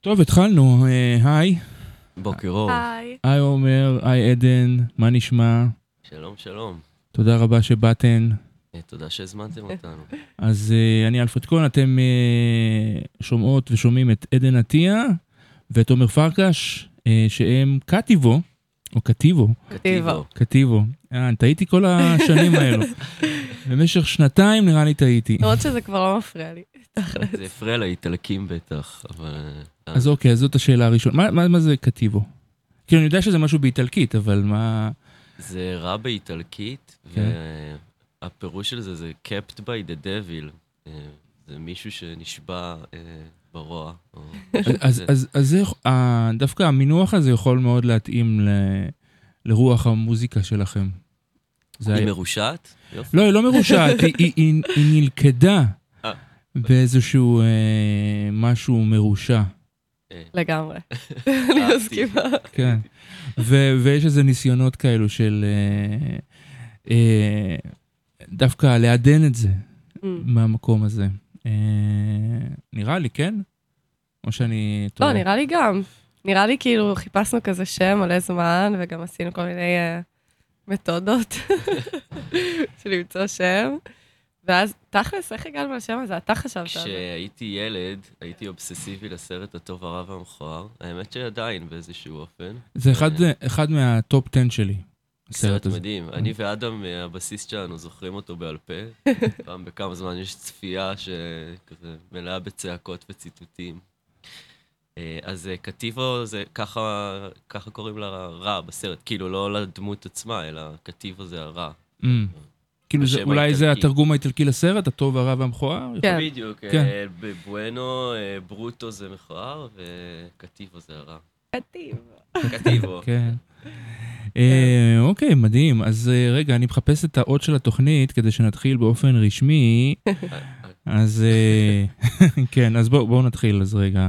טוב, התחלנו. היי. בוקר אור. היי עומר, היי עדן, מה נשמע? שלום, שלום. תודה רבה שבאתן. תודה שהזמנתם אותנו. אז אני אלפרד כהן, אתם שומעות ושומעים את עדן עטיה ואת עומר פרקש, שהם קטיבו, או קטיבו. קטיבו. טעיתי כל השנים האלו. במשך שנתיים נראה לי טעיתי. למרות שזה כבר לא מפריע לי. זה הפריע לאיטלקים בטח, אבל... אז אוקיי, אז זאת השאלה הראשונה. מה זה קטיבו? כאילו, אני יודע שזה משהו באיטלקית, אבל מה... זה רע באיטלקית, והפירוש של זה kept by the devil. זה מישהו שנשבע ברוע. אז דווקא המינוח הזה יכול מאוד להתאים לרוח המוזיקה שלכם. היא מרושעת? לא, היא לא מרושעת, היא נלכדה באיזשהו משהו מרושע. לגמרי. אני מסכימה. כן. ויש איזה ניסיונות כאלו של דווקא לעדן את זה מהמקום הזה. נראה לי, כן? או שאני... לא, נראה לי גם. נראה לי כאילו חיפשנו כזה שם מלא זמן, וגם עשינו כל מיני מתודות של למצוא שם. ואז תכלס, איך הגענו לשם הזה? אתה חשבת? כשהייתי ילד, הייתי אובססיבי לסרט הטוב, הרע והמכוער. האמת שעדיין באיזשהו אופן. זה אחד מהטופ 10 שלי. סרט מדהים. אני ואדם, הבסיסט שלנו, זוכרים אותו בעל פה. פעם בכמה זמן יש צפייה שכזה מלאה בצעקות וציטוטים. אז קטיבו זה ככה קוראים לה רע בסרט. כאילו לא לדמות עצמה, אלא קטיבו זה הרע. כאילו אולי זה התרגום האיטלקי לסרט, הטוב, הרע והמכוער? כן. בדיוק, בבואנו, ברוטו זה מכוער, וקטיבו זה הרע. קטיבו. כן. אוקיי, מדהים. אז רגע, אני מחפש את האות של התוכנית, כדי שנתחיל באופן רשמי. אז כן, אז בואו נתחיל, אז רגע.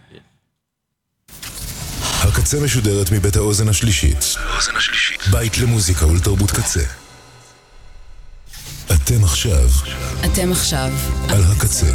הקצה משודרת מבית האוזן השלישית. בית למוזיקה ולתרבות קצה. אתם עכשיו על הקצה.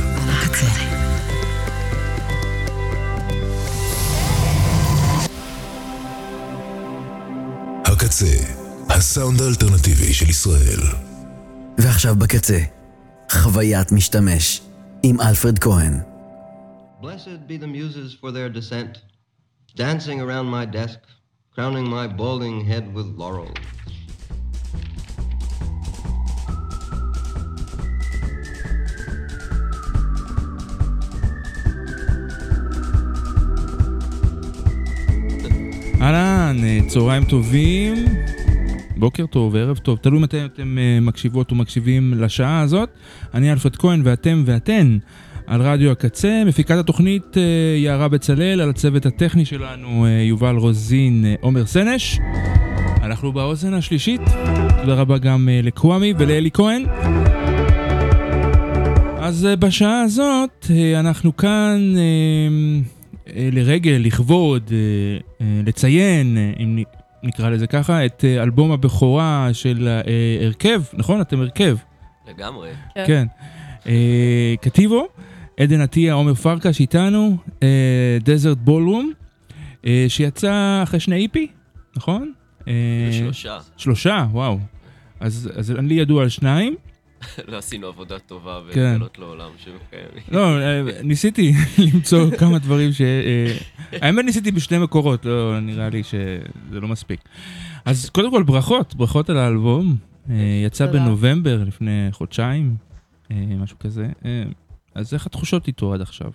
הקצה, הסאונד האלטרנטיבי של ישראל. ועכשיו בקצה, חוויית משתמש עם אלפרד כהן. Blessed be the muses for their descent, dancing around my desk, crowning my balding head with laurel. אהלן, צהריים טובים, בוקר טוב, ערב טוב, תלוי מתי אתם מקשיבות ומקשיבים לשעה הזאת. אני אלפרד כהן ואתן על רדיו הקצה. מפיקת התוכנית יערה בצלאל, על הצוות הטכני שלנו יובל רוזין, עומר סנש. אנחנו באוזן השלישית, תודה רבה גם לקוואמי ולאלי כהן. אז בשעה הזאת אנחנו כאן לרגל, לכבוד, לציין, אם נקרא לזה ככה, את אלבום הבכורה של הרכב, נכון? אתם הרכב. לגמרי. כן. קטיבו, עדן עטיה, עומר פרקש איתנו, דזרט בולרום, שיצא אחרי 2 איפי, נכון? 3, וואו. אז אני לי ידוע על 2. לא עשינו עבודה טובה ולגלות לעולם שמקיימים. לא, ניסיתי למצוא כמה דברים האמת ניסיתי ב2 מקורות, לא, נראה לי שזה לא מספיק. אז קודם כל ברכות על האלבום. יצא בנובמבר לפני חודשיים, משהו כזה. אז איך התחושות איתו עד עכשיו?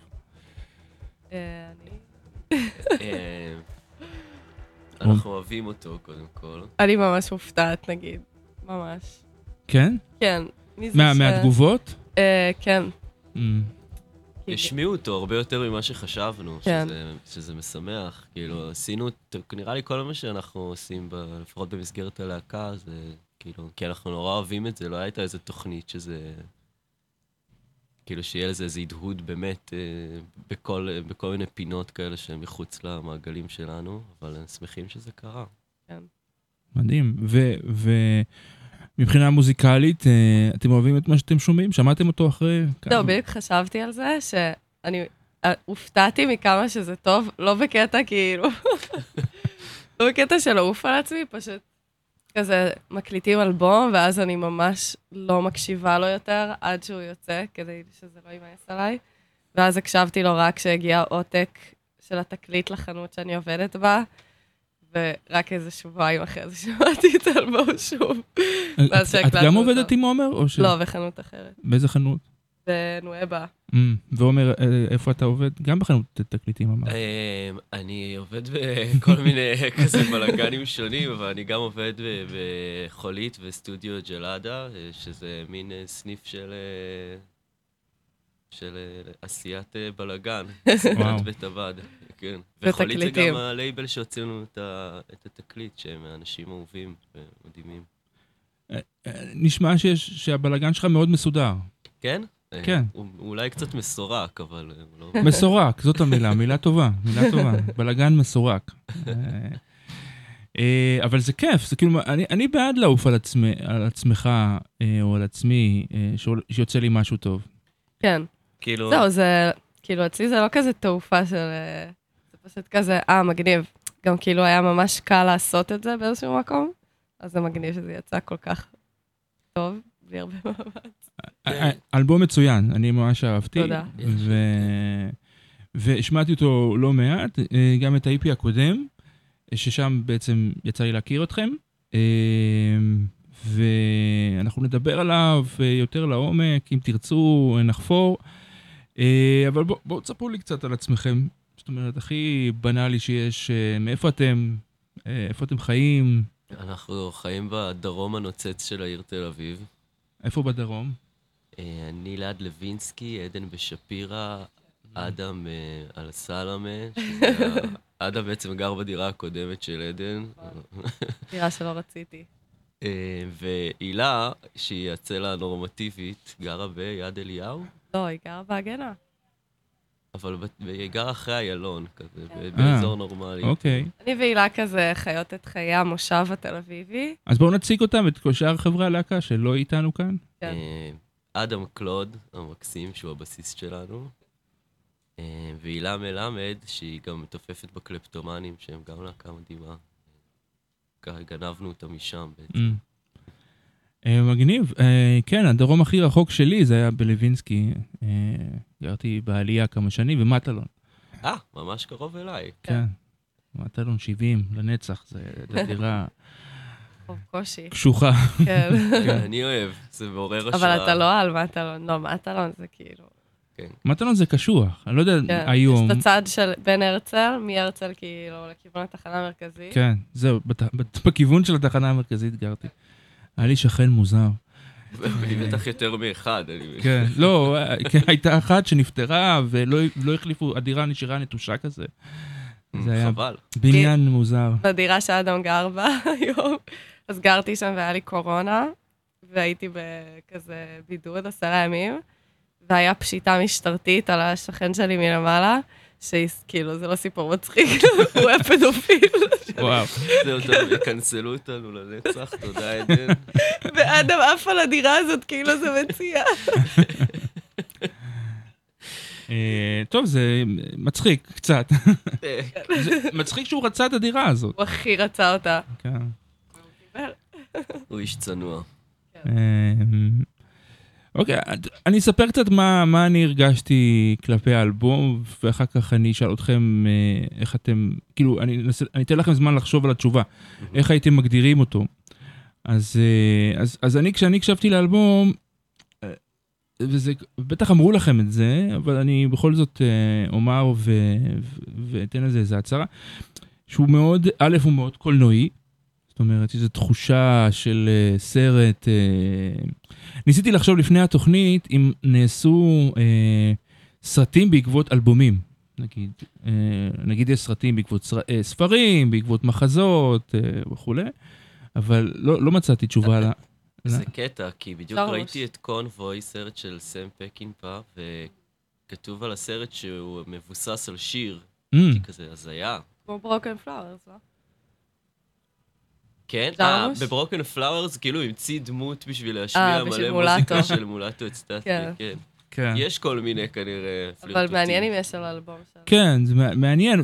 אנחנו אוהבים אותו קודם כל. אני ממש מופתעת נגיד, ממש. כן? כן. מהתגובות? כן. השמיעו אותו הרבה יותר ממה שחשבנו, שזה משמח. כאילו, עשינו, נראה לי כל מה שאנחנו עושים, לפחות במסגרת הלהקה, זה כאילו, כי אנחנו נורא אוהבים את זה, לא הייתה איזו תוכנית שזה, כאילו שיהיה לזה איזה הדהוד באמת בכל מיני פינות כאלה שהם מחוץ למעגלים שלנו, אבל שמחים שזה קרה. כן. מדהים. מבחינה מוזיקלית, אתם אוהבים את מה שאתם שומעים? שמעתם אותו אחרי? לא, בדיוק חשבתי על זה, שאני הופתעתי מכמה שזה טוב, לא בקטע כאילו, לא בקטע של לעוף על עצמי, פשוט כזה מקליטים אלבום, ואז אני ממש לא מקשיבה לו יותר, עד שהוא יוצא, כדי שזה לא יימאס עליי. ואז הקשבתי לו רק כשהגיע עותק של התקליט לחנות שאני עובדת בה, ורק איזה שבועיים אחרי זה שמעתי את האלבום שוב. את גם עובדת עם עומר? לא, בחנות אחרת. באיזה חנות? בנואבה. ועומר, איפה אתה עובד? גם בחנות תקליטים אמרת. אני עובד בכל מיני כזה בלגנים שונים, אבל אני גם עובד בחולית וסטודיו ג'לאדה, שזה מין סניף של עשיית בלגן, סדרת בית הבד. כן. וחולית זה גם הלייבל שהוצאנו את התקליט, שהם אנשים אהובים ומדהימים. נשמע שהבלגן שלך מאוד מסודר. כן? כן. הוא אולי קצת מסורק, אבל לא... מסורק, זאת המילה, מילה טובה, מילה טובה. בלגן מסורק. אבל זה כיף, זה כאילו, אני בעד לעוף על עצמך או על עצמי, שיוצא לי משהו טוב. כן. זהו, זה, כאילו, אצלי זה לא כזה תעופה של... זה פשוט כזה, מגניב. גם כאילו היה ממש קל לעשות את זה באיזשהו מקום, אז זה מגניב שזה יצא כל כך טוב, בלי הרבה מאמץ. אלבום מצוין, אני ממש אהבתי. תודה. והשמעתי אותו לא מעט, גם את ה-IP הקודם, ששם בעצם יצא לי להכיר אתכם, ואנחנו נדבר עליו יותר לעומק, אם תרצו, נחפור. אבל בואו תספרו לי קצת על עצמכם. זאת אומרת, הכי בנאלי שיש, מאיפה אתם, איפה אתם חיים? אנחנו חיים בדרום הנוצץ של העיר תל אביב. איפה בדרום? אני ליד לוינסקי, עדן בשפירה, אדם על סלמה. אדם בעצם גר בדירה הקודמת של עדן. דירה שלא רציתי. והילה, שהיא הצלע הנורמטיבית, גרה ביד אליהו? לא, היא גרה בהגנה. אבל היא גרה אחרי איילון, כזה, באזור נורמלי. אוקיי. אני והילה כזה חיות את חיי המושב התל אביבי. אז בואו נציג אותם, את כל שאר חברי הלהקה שלא איתנו כאן. כן. אדם קלוד, המקסים, שהוא הבסיס שלנו. והילה מלמד, שהיא גם מתופפת בקלפטומנים, שהם גם להקה מדהימה. ככה גנבנו אותה משם בעצם. מגניב. כן, הדרום הכי רחוק שלי זה היה בלווינסקי. גרתי בעלייה כמה שנים, ומטלון. ממש קרוב אליי. כן. מטלון 70, לנצח, זה דירה... קושי. קשוחה. כן. אני אוהב, זה מעורר השראה. אבל אתה לא על מטלון. לא, מטלון זה כאילו... מטלון זה קשוח. אני לא יודע, היום... יש את הצד של בין הרצל, מהרצל כאילו לכיוון התחנה המרכזית. כן, זהו, בכיוון של התחנה המרכזית גרתי. היה לי שכן מוזר. היא בטח יותר מאחד. כן, לא, הייתה אחת שנפטרה ולא החליפו, הדירה נשארה נטושה כזה. זה היה בניין מוזר. בדירה שאדם גר בה היום, אז גרתי שם והיה לי קורונה, והייתי בכזה בידוד 10 ימים, והיה פשיטה משטרתית על השכן שלי מלמעלה, שכאילו, זה לא סיפור מצחיק, הוא היה פדופיל. וואו. זהו, טוב, יקנסלו אותנו לנצח, תודה עדן. ואדם אף על הדירה הזאת, כאילו זה מציע. טוב, זה מצחיק קצת. מצחיק שהוא רצה את הדירה הזאת. הוא הכי רצה אותה. כן. הוא איש צנוע. אוקיי, אני אספר קצת מה אני הרגשתי כלפי האלבום, ואחר כך אני אשאל אתכם איך אתם, כאילו, אני אתן לכם זמן לחשוב על התשובה, איך הייתם מגדירים אותו. אז כשאני הקשבתי לאלבום, וזה, בטח אמרו לכם את זה, אבל אני בכל זאת אומר ואתן לזה איזו הצהרה, שהוא מאוד, א' הוא מאוד קולנועי, זאת אומרת, איזו תחושה של סרט. ניסיתי לחשוב לפני התוכנית אם נעשו סרטים בעקבות אלבומים. נגיד יש סרטים בעקבות ספרים, בעקבות מחזות וכו', אבל לא מצאתי תשובה על... זה קטע, כי בדיוק ראיתי את קונבוי, סרט של סם פקינפא, וכתוב על הסרט שהוא מבוסס על שיר, כזה הזיה. כמו ברוקן פלאוורס, לא? כן, בברוקן פלאוורס כאילו המציא דמות בשביל להשמיע מלא מוזיקה של מולטו אצטטי, כן. כן. יש כל מיני כנראה פלירטוטים. אבל מעניין אם יש על האלבום שלנו. כן, זה מעניין,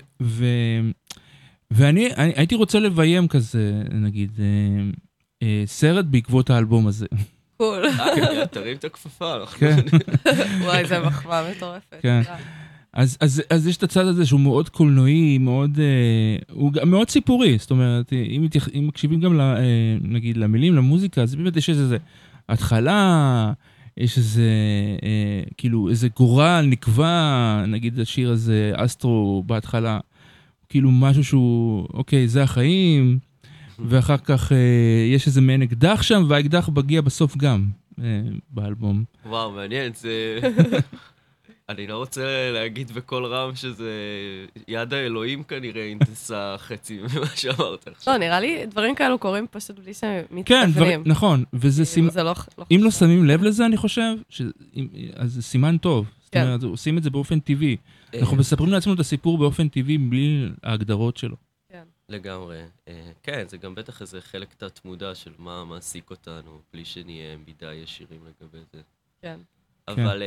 ואני הייתי רוצה לביים כזה, נגיד, סרט בעקבות האלבום הזה. קול. תרים את הכפפה. כן. וואי, זה מחמאה מטורפת. כן. אז יש את הצד הזה שהוא מאוד קולנועי, הוא מאוד סיפורי, זאת אומרת, אם מקשיבים גם, נגיד, למילים, למוזיקה, אז באמת יש איזה התחלה, יש איזה, כאילו, איזה גורל נקבע, נגיד השיר הזה, אסטרו, בהתחלה, כאילו משהו שהוא, אוקיי, זה החיים, ואחר כך יש איזה מעין אקדח שם, והאקדח מגיע בסוף גם באלבום. וואו, מעניין, זה... אני לא רוצה להגיד בכל רם שזה יד האלוהים כנראה אינטסה חצי ממה שאמרת עכשיו. לא, נראה לי דברים כאלו קורים פשוט בלי שהם כן, מתכוונים. נכון, וזה סימן, אם לא שמים לב לזה, אני חושב, אז זה סימן טוב. זאת אומרת, עושים את זה באופן טבעי. אנחנו מספרים לעצמנו את הסיפור באופן טבעי, בלי ההגדרות שלו. לגמרי. כן, זה גם בטח איזה חלק תת-מודע של מה מעסיק אותנו, בלי שנהיה מדי ישירים לגבי זה. כן. אבל...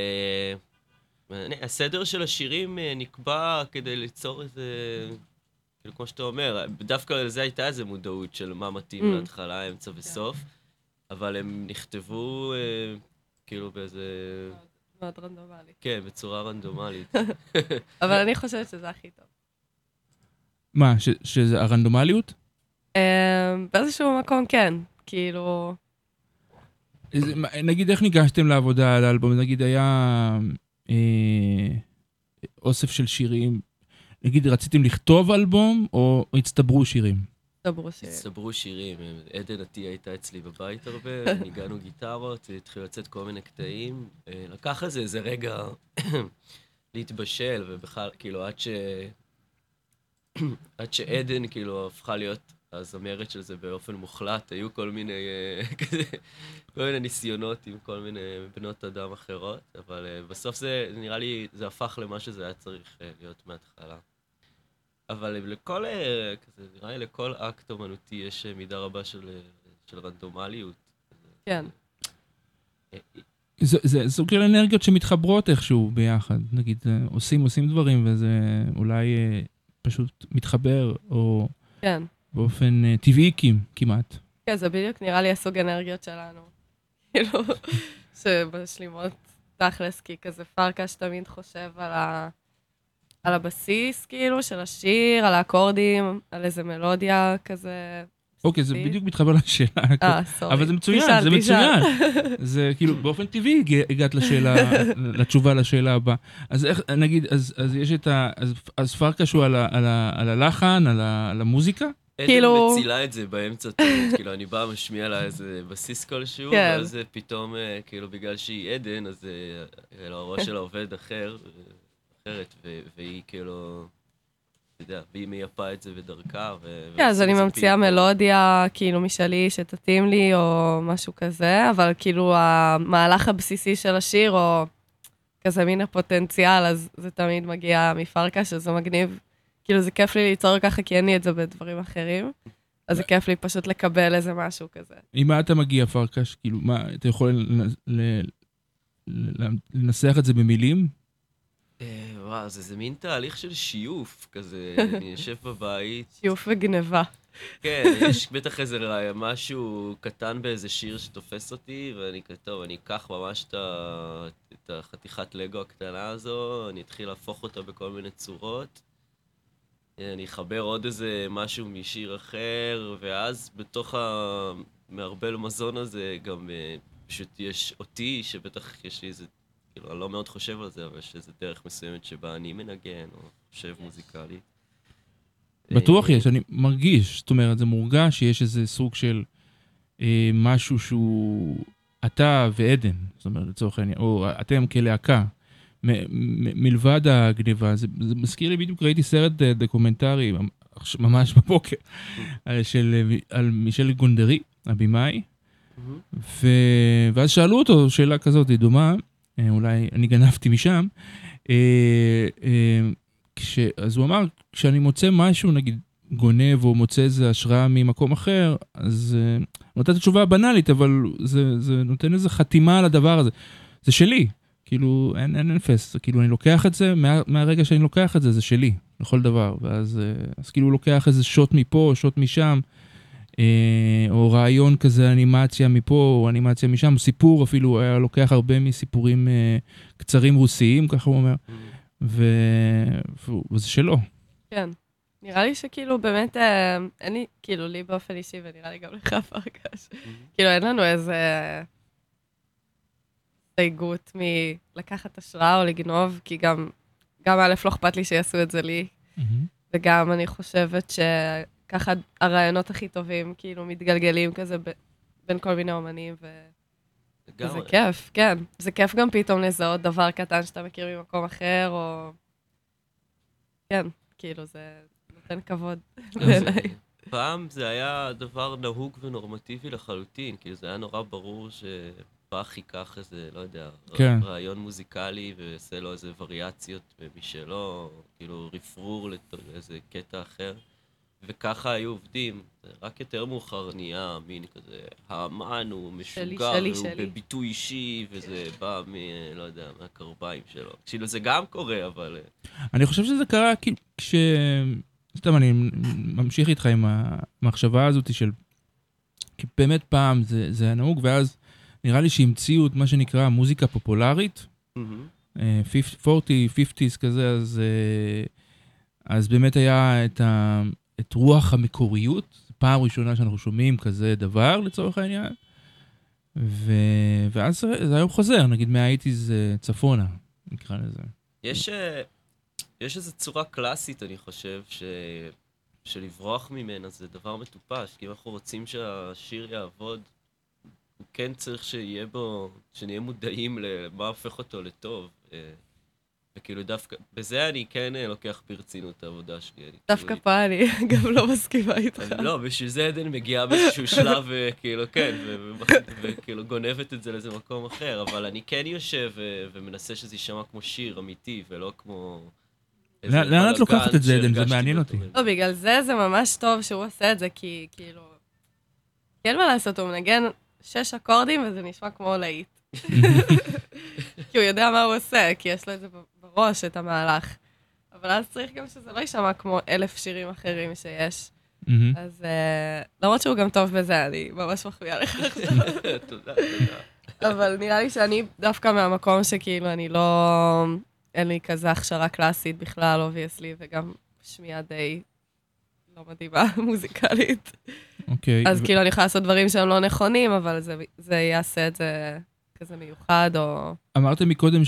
הסדר של השירים נקבע כדי ליצור איזה, כאילו כמו שאתה אומר, דווקא על זה הייתה איזה מודעות של מה מתאים להתחלה, אמצע וסוף, אבל הם נכתבו כאילו באיזה... מאוד רנדומלי. כן, בצורה רנדומלית. אבל אני חושבת שזה הכי טוב. מה, שזה הרנדומליות? באיזשהו מקום כן, כאילו... נגיד איך ניגשתם לעבודה על האלבום? נגיד היה... אוסף של שירים, נגיד רציתם לכתוב אלבום או הצטברו שירים? הצטברו שירים, עדן עטיה הייתה אצלי בבית הרבה, ניגענו גיטרות, התחילו לצאת כל מיני קטעים, לקח איזה רגע להתבשל, ובכלל, כאילו, עד שעדן, כאילו, הפכה להיות הזמרת של זה באופן מוחלט, היו כל מיני ניסיונות עם כל מיני בנות אדם אחרות, אבל בסוף זה, נראה לי, זה הפך למה שזה היה צריך להיות מההתחלה. אבל לכל, כזה, נראה לי לכל אקט אומנותי יש מידה רבה של רנדומליות. כן. זה סוג של אנרגיות שמתחברות איכשהו ביחד, נגיד, עושים דברים וזה אולי פשוט מתחבר, או... כן. באופן טבעי כמעט. כן, זה בדיוק נראה לי הסוג אנרגיות שלנו. כאילו, שבשלימות תכלס, כי כזה פרקש תמיד חושב על הבסיס, כאילו, של השיר, על האקורדים, על איזה מלודיה כזה. אוקיי, זה בדיוק מתחבר לשאלה. סורי. אבל זה מצוין, זה מצוין. זה כאילו, באופן טבעי הגעת לתשובה לשאלה הבאה. אז איך, נגיד, אז יש את אז פרקש הוא על הלחן, על המוזיקה? עדן מצילה את זה באמצע תמיד, כאילו אני בא משמיע לה איזה בסיס כלשהו, ואז פתאום, כאילו בגלל שהיא עדן, אז הראש שלה עובד אחרת, והיא כאילו, אתה יודע, והיא מייפה את זה בדרכה. כן, אז אני ממציאה מלודיה, כאילו משלי שתתאים לי, או משהו כזה, אבל כאילו המהלך הבסיסי של השיר, או כזה מין הפוטנציאל, אז זה תמיד מגיע מפרקש, שזה מגניב. כאילו זה כיף לי ליצור ככה, כי אין לי את זה בדברים אחרים, אז זה כיף לי פשוט לקבל איזה משהו כזה. עם מה אתה מגיע, פרקש? כאילו, מה, אתה יכול לנסח את זה במילים? וואו, זה מין תהליך של שיוף, כזה, אני יושב בבית. שיוף וגניבה. כן, יש בטח איזה משהו קטן באיזה שיר שתופס אותי, ואני כתוב, אני אקח ממש את החתיכת לגו הקטנה הזו, אני אתחיל להפוך אותה בכל מיני צורות. אני אחבר עוד איזה משהו משיר אחר, ואז בתוך המערבל מזון הזה גם פשוט יש אותי, שבטח יש לי איזה, כאילו, אני לא מאוד חושב על זה, אבל יש איזה דרך מסוימת שבה אני מנגן, או חושב מוזיקלי. בטוח יש, אני מרגיש, זאת אומרת, זה מורגש שיש איזה סוג של משהו שהוא אתה ועדן, זאת אומרת, לצורך העניין, או אתם כלהקה. מלבד הגניבה, זה מזכיר לי בדיוק, ראיתי סרט דוקומנטרי, ממש בבוקר, על מישל גונדרי, הבימאי, ואז שאלו אותו שאלה כזאת, היא דומה, אולי אני גנבתי משם, אז הוא אמר, כשאני מוצא משהו, נגיד גונב, או מוצא איזו השראה ממקום אחר, אז נותן את התשובה הבנאלית, אבל זה נותן איזו חתימה על הדבר הזה. זה שלי. כאילו, אין אפס, כאילו, אני לוקח את זה, מהרגע שאני לוקח את זה, זה שלי, לכל דבר, ואז כאילו הוא לוקח איזה שוט מפה, שוט משם, או רעיון כזה, אנימציה מפה, או אנימציה משם, סיפור אפילו, היה לוקח הרבה מסיפורים קצרים רוסיים, ככה הוא אומר, וזה שלו. כן. נראה לי שכאילו באמת, אני, כאילו, לי באופן אישי, ונראה לי גם לך פרקש, כאילו, אין לנו איזה הסתייגות מלקחת השראה או לגנוב, כי גם א' לא אכפת לי שיעשו את זה לי, וגם אני חושבת שככה הרעיונות הכי טובים, כאילו, מתגלגלים כזה בין כל מיני אומנים, וזה כיף, כן. זה כיף גם פתאום לזהות דבר קטן שאתה מכיר ממקום אחר, או... כן, כאילו, זה... נותן כבוד בעיניי. פעם זה היה דבר נהוג ונורמטיבי לחלוטין, כאילו זה היה נורא ברור שפח ייקח איזה, לא יודע, רעיון מוזיקלי ועושה לו איזה וריאציות משלו, כאילו רפרור לאיזה קטע אחר, וככה היו עובדים. רק יותר מאוחר נהיה מין כזה, האמן הוא משוגע, הוא בביטוי אישי, וזה בא לא יודע, מהקרביים שלו. כאילו זה גם קורה, אבל... אני חושב שזה קרה כש... סתם, אני ממשיך איתך עם המחשבה הזאת של... כי באמת פעם זה היה נהוג, ואז נראה לי שהמציאו את מה שנקרא מוזיקה פופולרית, 40, 50s כזה, אז באמת היה את רוח המקוריות, פעם ראשונה שאנחנו שומעים כזה דבר לצורך העניין, ואז זה היום חוזר, נגיד מה-80s צפונה, נקרא לזה. יש איזו צורה קלאסית, אני חושב, שלברוח ממנה זה דבר מטופש, כי אם אנחנו רוצים שהשיר יעבוד, הוא כן צריך שיהיה בו, שנהיה מודעים למה הופך אותו לטוב. וכאילו דווקא, בזה אני כן לוקח ברצינות את העבודה שלי. דווקא פה אני גם לא מסכימה איתך. לא, בשביל זה עדן מגיעה באיזשהו שלב, כאילו, כן, וכאילו גונבת את זה לאיזה מקום אחר, אבל אני כן יושב ומנסה שזה יישמע כמו שיר אמיתי, ולא כמו... לאן את לוקחת את זה, עדן? זה מעניין אותי. לא, בגלל זה ממש טוב שהוא עושה את זה, כי כאילו... כן מה לעשות, הוא מנגן 6 אקורדים, וזה נשמע כמו להיט. כי הוא יודע מה הוא עושה, כי יש לו את זה בראש, את המהלך. אבל אז צריך גם שזה לא יישמע כמו 1000 שירים אחרים שיש. אז למרות שהוא גם טוב בזה, אני ממש מחביאה לך עכשיו. תודה. אבל נראה לי שאני דווקא מהמקום שכאילו אני לא... אין לי כזה הכשרה קלאסית בכלל, אובייסלי, וגם שמיעה די לא מדהימה, מוזיקלית. אוקיי. אז כאילו אני יכולה לעשות דברים שהם לא נכונים, אבל זה יעשה את זה כזה מיוחד, או... אמרתם מקודם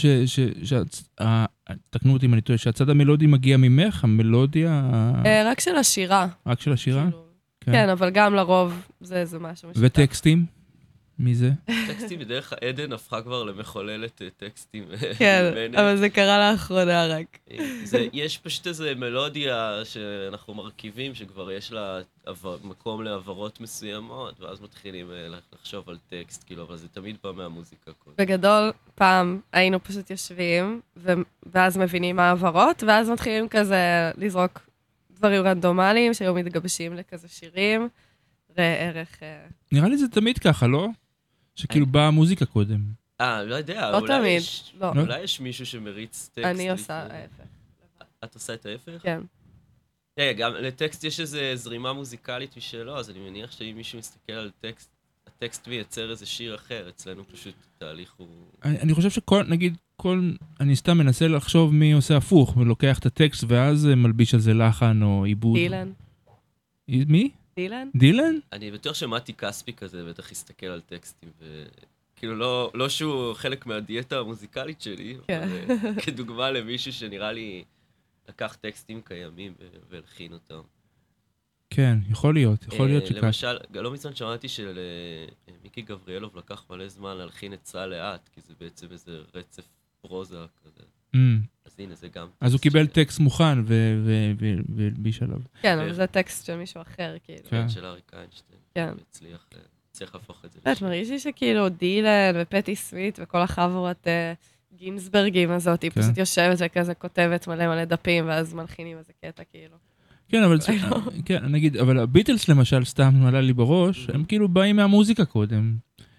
תקנו אותי אם אני טועה, שהצד המלודי מגיע ממך, המלודיה... רק של השירה. רק של השירה? כן, אבל גם לרוב זה משהו משותף. וטקסטים? מי זה? טקסטים בדרך עדן הפכה כבר למחוללת טקסטים. כן, אבל זה קרה לאחרונה רק. יש פשוט איזו מלודיה שאנחנו מרכיבים, שכבר יש לה מקום לעברות מסוימות, ואז מתחילים לחשוב על טקסט, כאילו, אבל זה תמיד בא מהמוזיקה. בגדול, פעם היינו פשוט יושבים, ואז מבינים מה העברות, ואז מתחילים כזה לזרוק דברים רנדומליים, שהיו מתגבשים לכזה שירים, ערך... נראה לי זה תמיד ככה, לא? שכאילו באה המוזיקה קודם. לא יודע, לא תמיד, לא. אולי יש מישהו שמריץ טקסט. אני עושה ההפך. את עושה את ההפך? כן. גם לטקסט יש איזו זרימה מוזיקלית משלו, אז אני מניח שאם מישהו מסתכל על טקסט, הטקסט מייצר איזה שיר אחר, אצלנו פשוט תהליך הוא... אני חושב נגיד, אני סתם מנסה לחשוב מי עושה הפוך, ולוקח את הטקסט ואז מלביש על זה לחן או עיבוד. דילן. מי? דילן? דילן? אני בטוח שמתי כספי כזה, בטח הסתכל על טקסטים, וכאילו לא שהוא חלק מהדיאטה המוזיקלית שלי, אבל כדוגמה למישהו שנראה לי לקח טקסטים קיימים והלחין אותם. כן, יכול להיות שכך. למשל, לא מזמן שמעתי מיקי גבריאלוב לקח מלא זמן להלחין את סע לאט, כי זה בעצם איזה רצף פרוזה כזה. אז הנה, זה גם... אז הוא קיבל טקסט מוכן והלביש עליו. כן, אבל זה טקסט של מישהו אחר, כאילו. כן, של אריק איינשטיין. כן. הוא הצליח להפוך את זה. את מרגיש לי שכאילו דילן ופטי סמית וכל החבורת גינסברגים הזאת, היא פשוט יושבת וכזה כותבת מלא דפים, ואז מלחינים איזה קטע, כאילו. כן, אבל נגיד, אבל הביטלס למשל, סתם עלה לי בראש, הם כאילו באים מהמוזיקה קודם.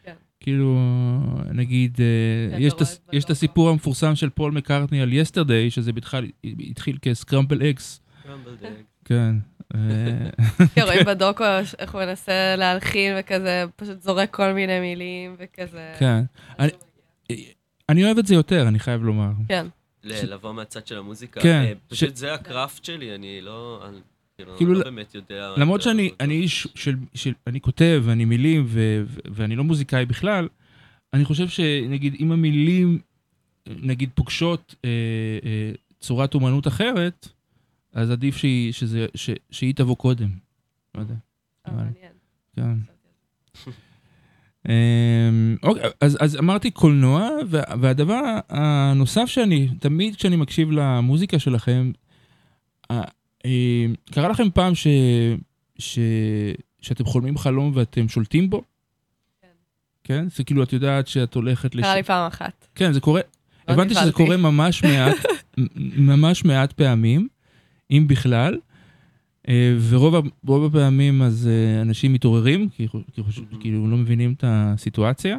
כאילו, נגיד, יש את הסיפור המפורסם של פול מקארטני על יסטרדיי, שזה התחיל כסקרמבל אקס. סקרמבל אקס. כן. כן, רואים בדוקו איך הוא מנסה להלחין וכזה, פשוט זורק כל מיני מילים וכזה. כן. אני אוהב את זה יותר, אני חייב לומר. כן. לבוא מהצד של המוזיקה. כן. פשוט זה הקראפט שלי, אני לא באמת יודע. למרות שאני איש אני כותב, ואני מילים, ואני לא מוזיקאי בכלל, אני חושב שנגיד, אם המילים, נגיד, פוגשות צורת אומנות אחרת, אז עדיף שהיא תבוא קודם. לא יודע. מעניין. כן. אוקיי, אז אמרתי קולנוע, והדבר הנוסף תמיד כשאני מקשיב למוזיקה שלכם, קרה לכם פעם שאתם חולמים חלום ואתם שולטים בו? כן. כן? זה כאילו, את יודעת שאת הולכת קרה לי פעם אחת. כן, זה קורה. הבנתי שזה קורה ממש מעט פעמים, אם בכלל, ורוב הפעמים אז אנשים מתעוררים, כאילו לא מבינים את הסיטואציה.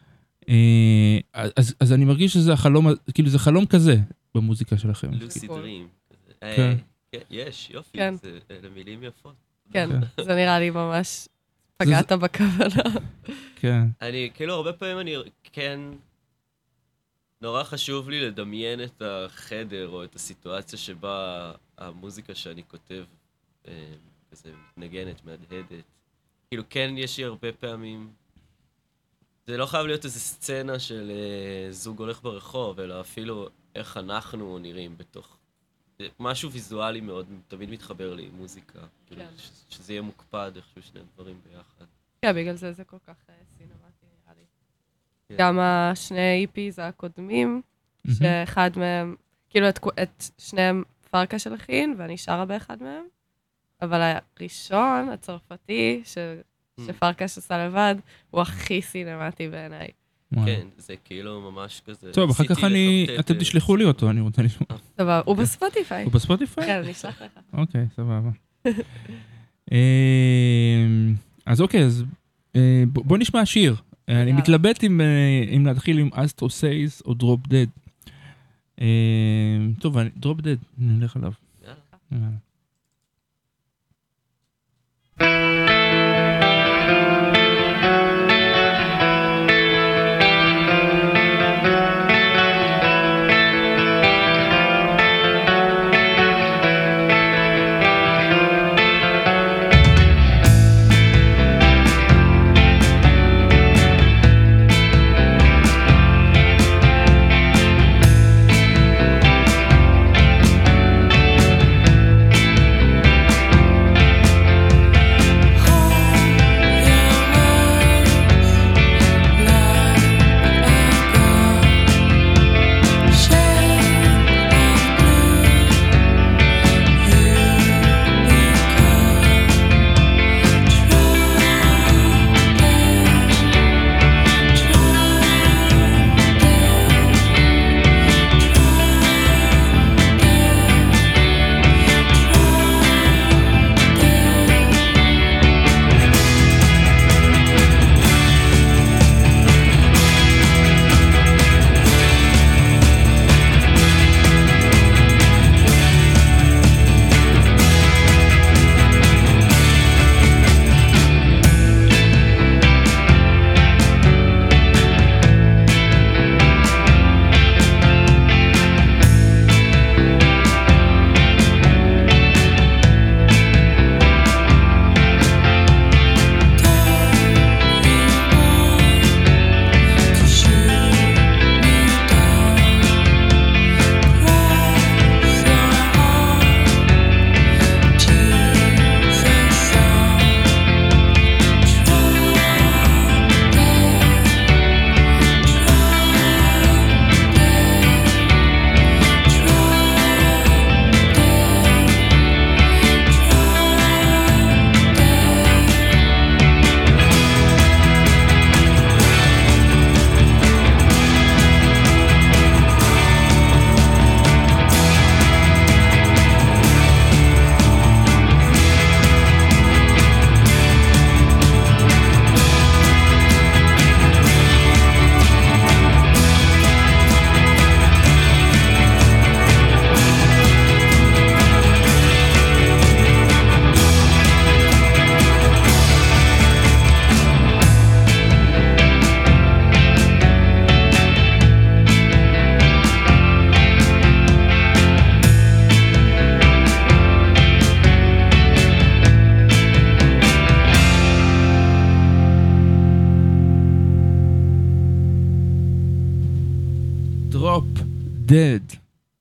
אז אני מרגיש שזה החלום, כאילו זה חלום כזה במוזיקה שלכם. לוסי דרים. יש, יופי, זה מילים יפות. כן, זה נראה לי ממש פגעת בכוונה. כן. אני, כאילו, הרבה פעמים אני כן, נורא חשוב לי לדמיין את החדר או את הסיטואציה שבה המוזיקה שאני כותב כזה מתנגנת, מהדהדת. כאילו, כן, יש לי הרבה פעמים, זה לא חייב להיות איזו סצנה של זוג הולך ברחוב, אלא אפילו איך אנחנו נראים בתוך, משהו ויזואלי מאוד, תמיד מתחבר לי עם מוזיקה. כאילו, שזה יהיה מוקפד איכשהו שני דברים ביחד. כן, בגלל זה כל כך סינמטי נראה לי. גם השני EPs הקודמים, שאחד מהם, כאילו את שניהם פרקה של הכין, ואני שרה באחד מהם, אבל הראשון, הצרפתי, שפרקה שעשה לבד, הוא הכי סינמטי בעיניי. כן, זה כאילו ממש כזה. טוב, אחר כך אתם תשלחו לי אותו, אני רוצה לשמוע. סבבה, הוא בספוטיפיי. הוא בספוטיפיי? כן, אני אשלח לך. אוקיי, סבבה. אז אוקיי, אז בוא נשמע שיר. אני מתלבט אם להתחיל עם Astro Says או Drop Dead. טוב, Drop Dead, נלך עליו. יאללה. Thank Dead.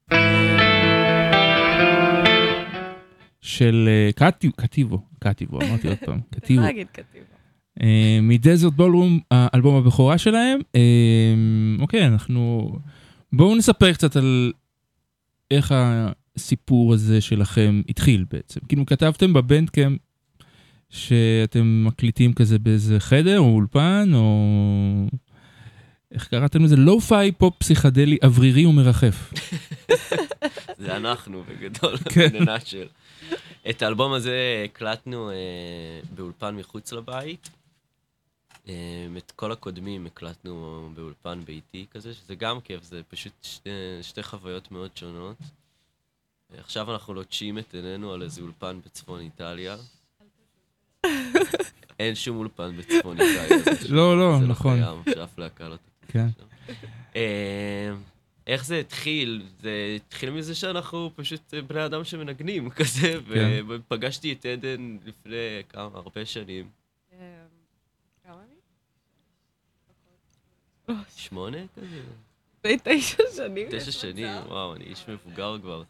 של קטיבו, אמרתי עוד פעם, קטיבו. צריך להגיד קטיבו. מדזרט בולרום, האלבום הבכורה שלהם. אוקיי, בואו נספר קצת על איך הסיפור הזה שלכם התחיל בעצם. כאילו כתבתם בבנדקאמפ שאתם מקליטים כזה באיזה חדר או אולפן, או איך קראתם לזה? לואו-פיי פופ פסיכדלי אוורירי ומרחף. זה אנחנו בגדול, כן. בנאצ'ל. את האלבום הזה הקלטנו באולפן מחוץ לבית. את כל הקודמים הקלטנו באולפן ביתי כזה, שזה גם כיף, זה פשוט שתי חוויות מאוד שונות. עכשיו אנחנו לוטשים את עינינו על איזה אולפן בצפון איטליה. אין שום אולפן בצפון איטליה. לא, נכון. זה לא קיים, שאף להקה לא תתחיל. איך זה התחיל? זה התחיל מזה שאנחנו פשוט בני אדם שמנגנים כזה, ופגשתי את עדן לפני הרבה שנים. כמה אני? 8 כזה? לפני 9 שנים. 9 שנים, וואו, אני איש מבוגר כבר.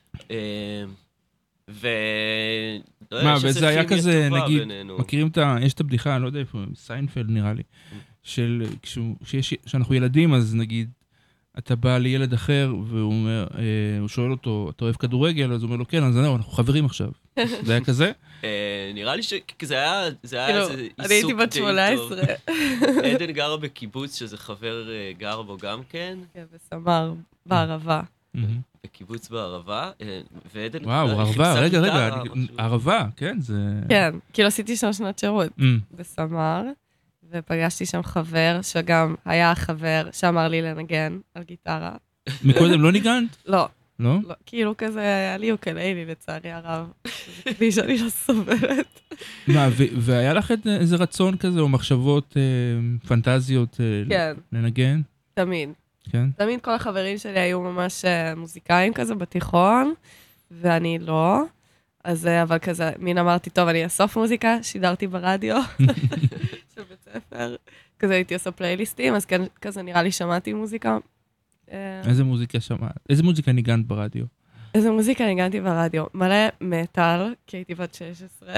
מה, וזה היה כזה, נגיד, מכירים יש את הבדיחה, אני לא יודע איפה, סיינפלד נראה לי, שאנחנו ילדים, אז נגיד, אתה בא לילד אחר, והוא שואל אותו, אתה אוהב כדורגל? אז הוא אומר לו, כן, אז אנחנו חברים עכשיו. זה היה כזה? נראה לי זה היה איזה עיסוק די טוב. אני הייתי בת 18. עדן גרה בקיבוץ, שזה חבר גר בו גם כן. כן, בסמר, בערבה. בקיבוץ בערבה, ועדן... וואו, ערבה, רגע, ערבה, כן, זה... כן, כאילו עשיתי שם שנת שירות בסמר, ופגשתי שם חבר, שגם היה חבר שאמר לי לנגן על גיטרה. מקודם לא ניגנת? לא. לא? כאילו כזה, היה לי אוקללי לצערי הרב. זה כלי שאני לא סובלת. מה, והיה לך איזה רצון כזה, או מחשבות, פנטזיות לנגן? תמיד. כן? תמיד כל החברים שלי היו ממש מוזיקאים כזה בתיכון, ואני לא. אז אבל כזה, מין אמרתי, טוב, אני אאסוף מוזיקה, שידרתי ברדיו של בית ספר. כזה הייתי עושה פלייליסטים, אז כזה נראה לי שמעתי מוזיקה. איזה מוזיקה שמעת? איזה מוזיקה ניגנת ברדיו? איזה מוזיקה ניגנתי ברדיו? מלא מטל, כי הייתי בת 16.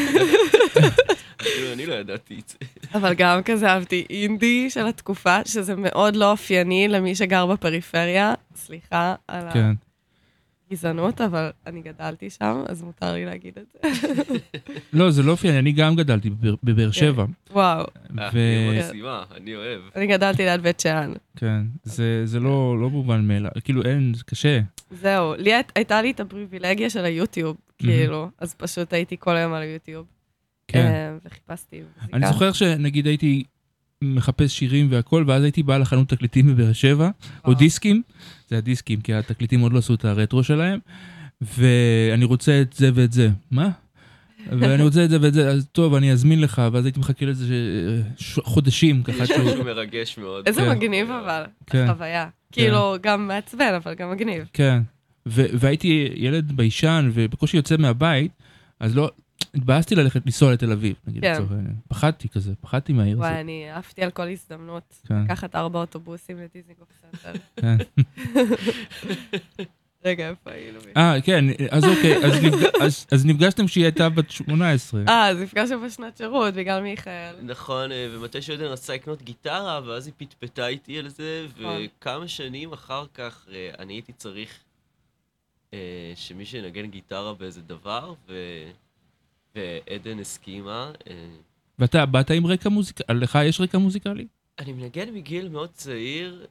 אני לא ידעתי את זה. אבל גם כזה אהבתי אינדי של התקופה, שזה מאוד לא אופייני למי שגר בפריפריה. סליחה על הגזענות, אבל אני גדלתי שם, אז מותר לי להגיד את זה. לא, זה לא אופייני, אני גם גדלתי בבאר שבע. וואו. מקסימה, אני אוהב. אני גדלתי ליד בית שאן. כן, זה לא מובן מאליו, כאילו אין, זה קשה. זהו, הייתה לי את הפריבילגיה של היוטיוב, כאילו, אז פשוט הייתי כל היום על היוטיוב. כן. וחיפשתי מוזיקה. אני זוכר שנגיד הייתי מחפש שירים והכל, ואז הייתי בא לחנות תקליטים בבאר שבע, או דיסקים, זה הדיסקים, כי התקליטים עוד לא עשו את הרטרו שלהם, ואני רוצה את זה ואת זה. מה? ואני רוצה את זה ואת זה, אז טוב, אני אזמין לך, ואז הייתי מחכה לזה חודשים, ככה שהוא מרגש מאוד. איזה מגניב אבל, החוויה. כאילו, גם מעצבן, אבל גם מגניב. כן, והייתי ילד ביישן, ובקושי יוצא מהבית, אז לא... התבאסתי לנסוע לתל אביב, נגיד לצורך העניין. פחדתי מהעיר הזאת. וואי, אני עפתי על כל הזדמנות. לקחת 4 אוטובוסים לדיזנגוף סנטר. כן. רגע, איפה היינו? כן, אז אוקיי, אז נפגשתם שהיא הייתה בת 18. אז נפגשנו בשנת שירות, בגלל מיכאל. נכון, ומתי שעדן רצה לקנות גיטרה, ואז היא פטפטה איתי על זה, וכמה שנים אחר כך אני הייתי צריך שמי שינגן גיטרה באיזה דבר, ועדן הסכימה. ואתה באת עם רקע מוזיקלי? לך יש רקע מוזיקלי? אני מנגן מגיל מאוד צעיר.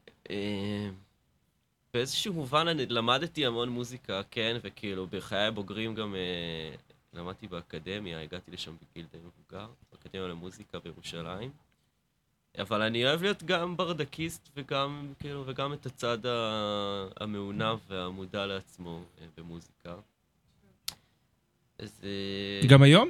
באיזשהו מובן אני למדתי המון מוזיקה, כן, וכאילו בחיי הבוגרים גם למדתי באקדמיה, הגעתי לשם בגיל די מבוגר, באקדמיה למוזיקה בירושלים. אבל אני אוהב להיות גם ברדקיסט וגם את הצד המעונב והמודע לעצמו במוזיקה. גם היום?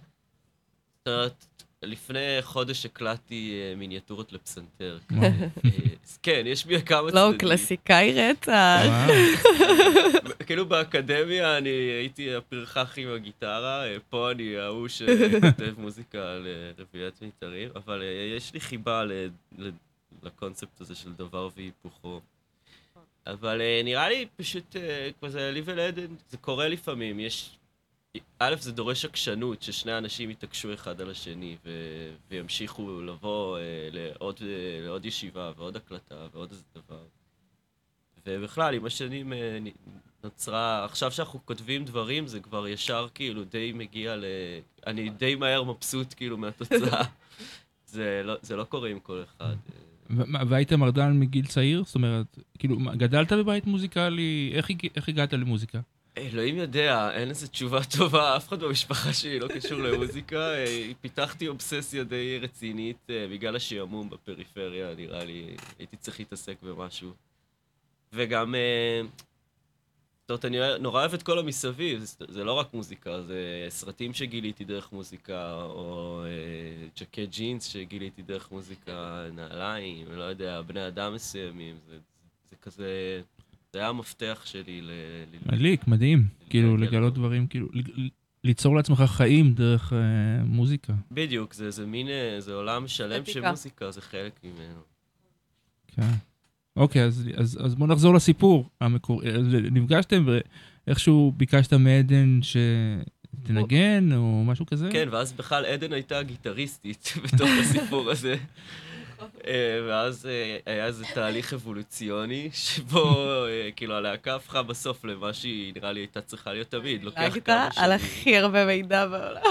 לפני חודש הקלטתי מיניאטורות לפסנתר. כן, יש בי כמה צדדים. לא, קלאסיקאי רצח. כאילו באקדמיה אני הייתי הפרחח עם הגיטרה, פה אני ההוא שכותב מוזיקה על רביעיית מיתרים, אבל יש לי חיבה לקונספט הזה של דבר והיפוכו. אבל נראה לי פשוט, כמו זה לי ולעדן, זה קורה לפעמים, א', זה דורש עקשנות, ששני אנשים יתעקשו אחד על השני, וימשיכו לבוא לעוד ישיבה, ועוד הקלטה, ועוד איזה דבר. ובכלל, עם השנים נוצרה, עכשיו שאנחנו כותבים דברים, זה כבר ישר כאילו די מגיע אני די מהר מבסוט כאילו מהתוצאה. זה לא קורה עם כל אחד. והיית מרדן מגיל צעיר? זאת אומרת, כאילו, גדלת בבית מוזיקלי? איך הגעת למוזיקה? אלוהים יודע, אין איזו תשובה טובה, אף אחד במשפחה שלי לא קשור למוזיקה. פיתחתי אובססיה די רצינית בגלל השעמום בפריפריה, נראה לי, הייתי צריך להתעסק במשהו. וגם, זאת אומרת, אני נורא אוהב את כל המסביב, זה לא רק מוזיקה, זה סרטים שגיליתי דרך מוזיקה, או ג'קט ג'ינס שגיליתי דרך מוזיקה, נעליים, לא יודע, בני אדם מסוימים, זה כזה, זה היה המפתח שלי מדליק, מדהים, כאילו לגלות דברים, כאילו ליצור לעצמך חיים דרך מוזיקה. בדיוק, זה מין, זה עולם שלם שמוזיקה, זה חלק ממנו. כן. אוקיי, אז בוא נחזור לסיפור המקורי. נפגשתם ואיכשהו ביקשת מעדן שתנגן או משהו כזה? כן, ואז בכלל עדן הייתה גיטריסטית בתוך הסיפור הזה. ואז היה איזה תהליך אבולוציוני, שבו כאילו הלהקה הפכה בסוף למה שהיא נראה לי הייתה צריכה להיות תמיד. להגתה על הכי הרבה מידע בעולם.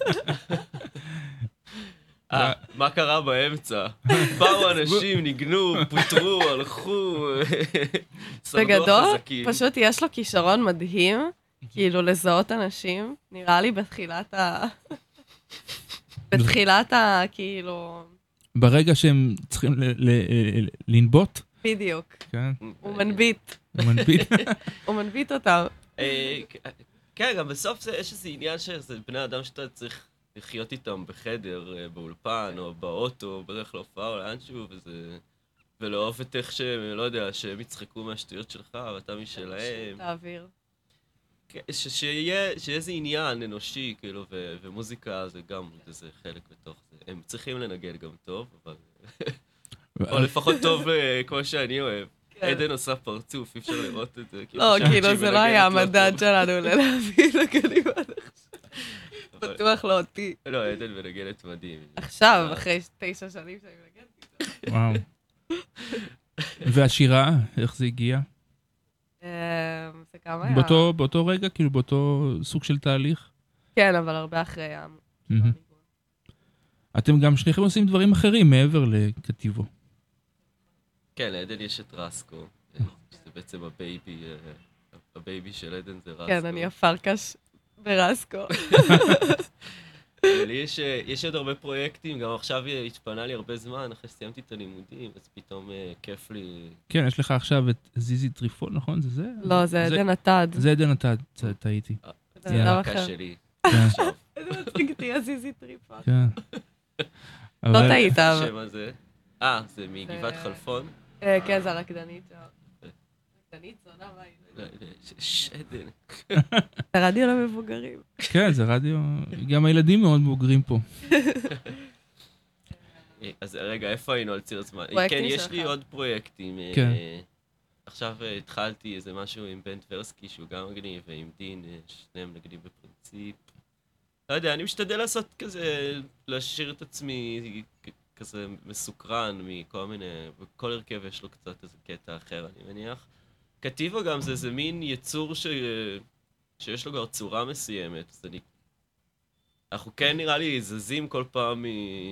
מה קרה באמצע? באו אנשים, ניגנו, פוטרו, הלכו, שרדו החזקים. בגדול, פשוט יש לו כישרון מדהים, כאילו לזהות אנשים, נראה לי בתחילת כאילו... ברגע שהם צריכים לנבוט? בדיוק. כן. הוא מנביט. הוא מנביט אותם. כן, גם בסוף יש איזה עניין שזה בני אדם שאתה צריך... לחיות איתם בחדר, באולפן, או באוטו, בדרך להופעה, או לאנשהו, ולאהוב את איך שהם, לא יודע, שהם יצחקו מהשטויות שלך, ואתה משלהם. תעביר. שיהיה איזה עניין אנושי, כאילו, ומוזיקה זה גם, זה חלק בתוך זה. הם צריכים לנגן גם טוב, אבל... או לפחות טוב כמו שאני אוהב. עדן עושה פרצוף, אי אפשר לראות את זה. לא, כאילו, זה לא היה המדד שלנו ללהביא לגנים עד עכשיו. בטוח לא אותי. לא, עדן מנגנת מדהים. עכשיו, אחרי 9 שנים שאני מנגנת. וואו. והשירה, איך זה הגיע? זה כמה היה. באותו רגע, כאילו באותו סוג של תהליך? כן, אבל הרבה אחרי אתם גם שניכם עושים דברים אחרים מעבר לכתיבו. כן, לעדן יש את רסקו. זה בעצם הבייבי של עדן זה רסקו. כן, אני הפרקש ברסקו. יש עוד הרבה פרויקטים, גם עכשיו התפנה לי הרבה זמן, אחרי סיימתי את הלימודים, אז פתאום כיף לי. כן, יש לך עכשיו את זיזי טריפון, נכון? זה זה? לא, זה עדן עתד. זה עדן עתד, טעיתי. זה הלהקה שלי. איזה מצחיק תהיה זיזי טריפון. כן. לא טעית, אבל. השם הזה. זה מגבעת חלפון? כן, זה הרקדנית. רקדנית, זונה, מה היא? שדן. זה רדיו למבוגרים. כן, זה רדיו, גם הילדים מאוד בוגרים פה. אז רגע, איפה היינו על ציר הזמן? כן, יש לי עוד פרויקטים. עכשיו התחלתי איזה משהו עם בן טברסקי, שהוא גם מגניב, ועם דין, שניהם נגנים בפרינציפ. לא יודע, אני משתדל לעשות כזה, להשאיר את עצמי כזה מסוקרן מכל מיני, בכל הרכב יש לו קצת איזה קטע אחר, אני מניח. כתיבו גם זה מין יצור שיש לו גם צורה מסוימת, אז אנחנו כן נראה לי זזים כל פעם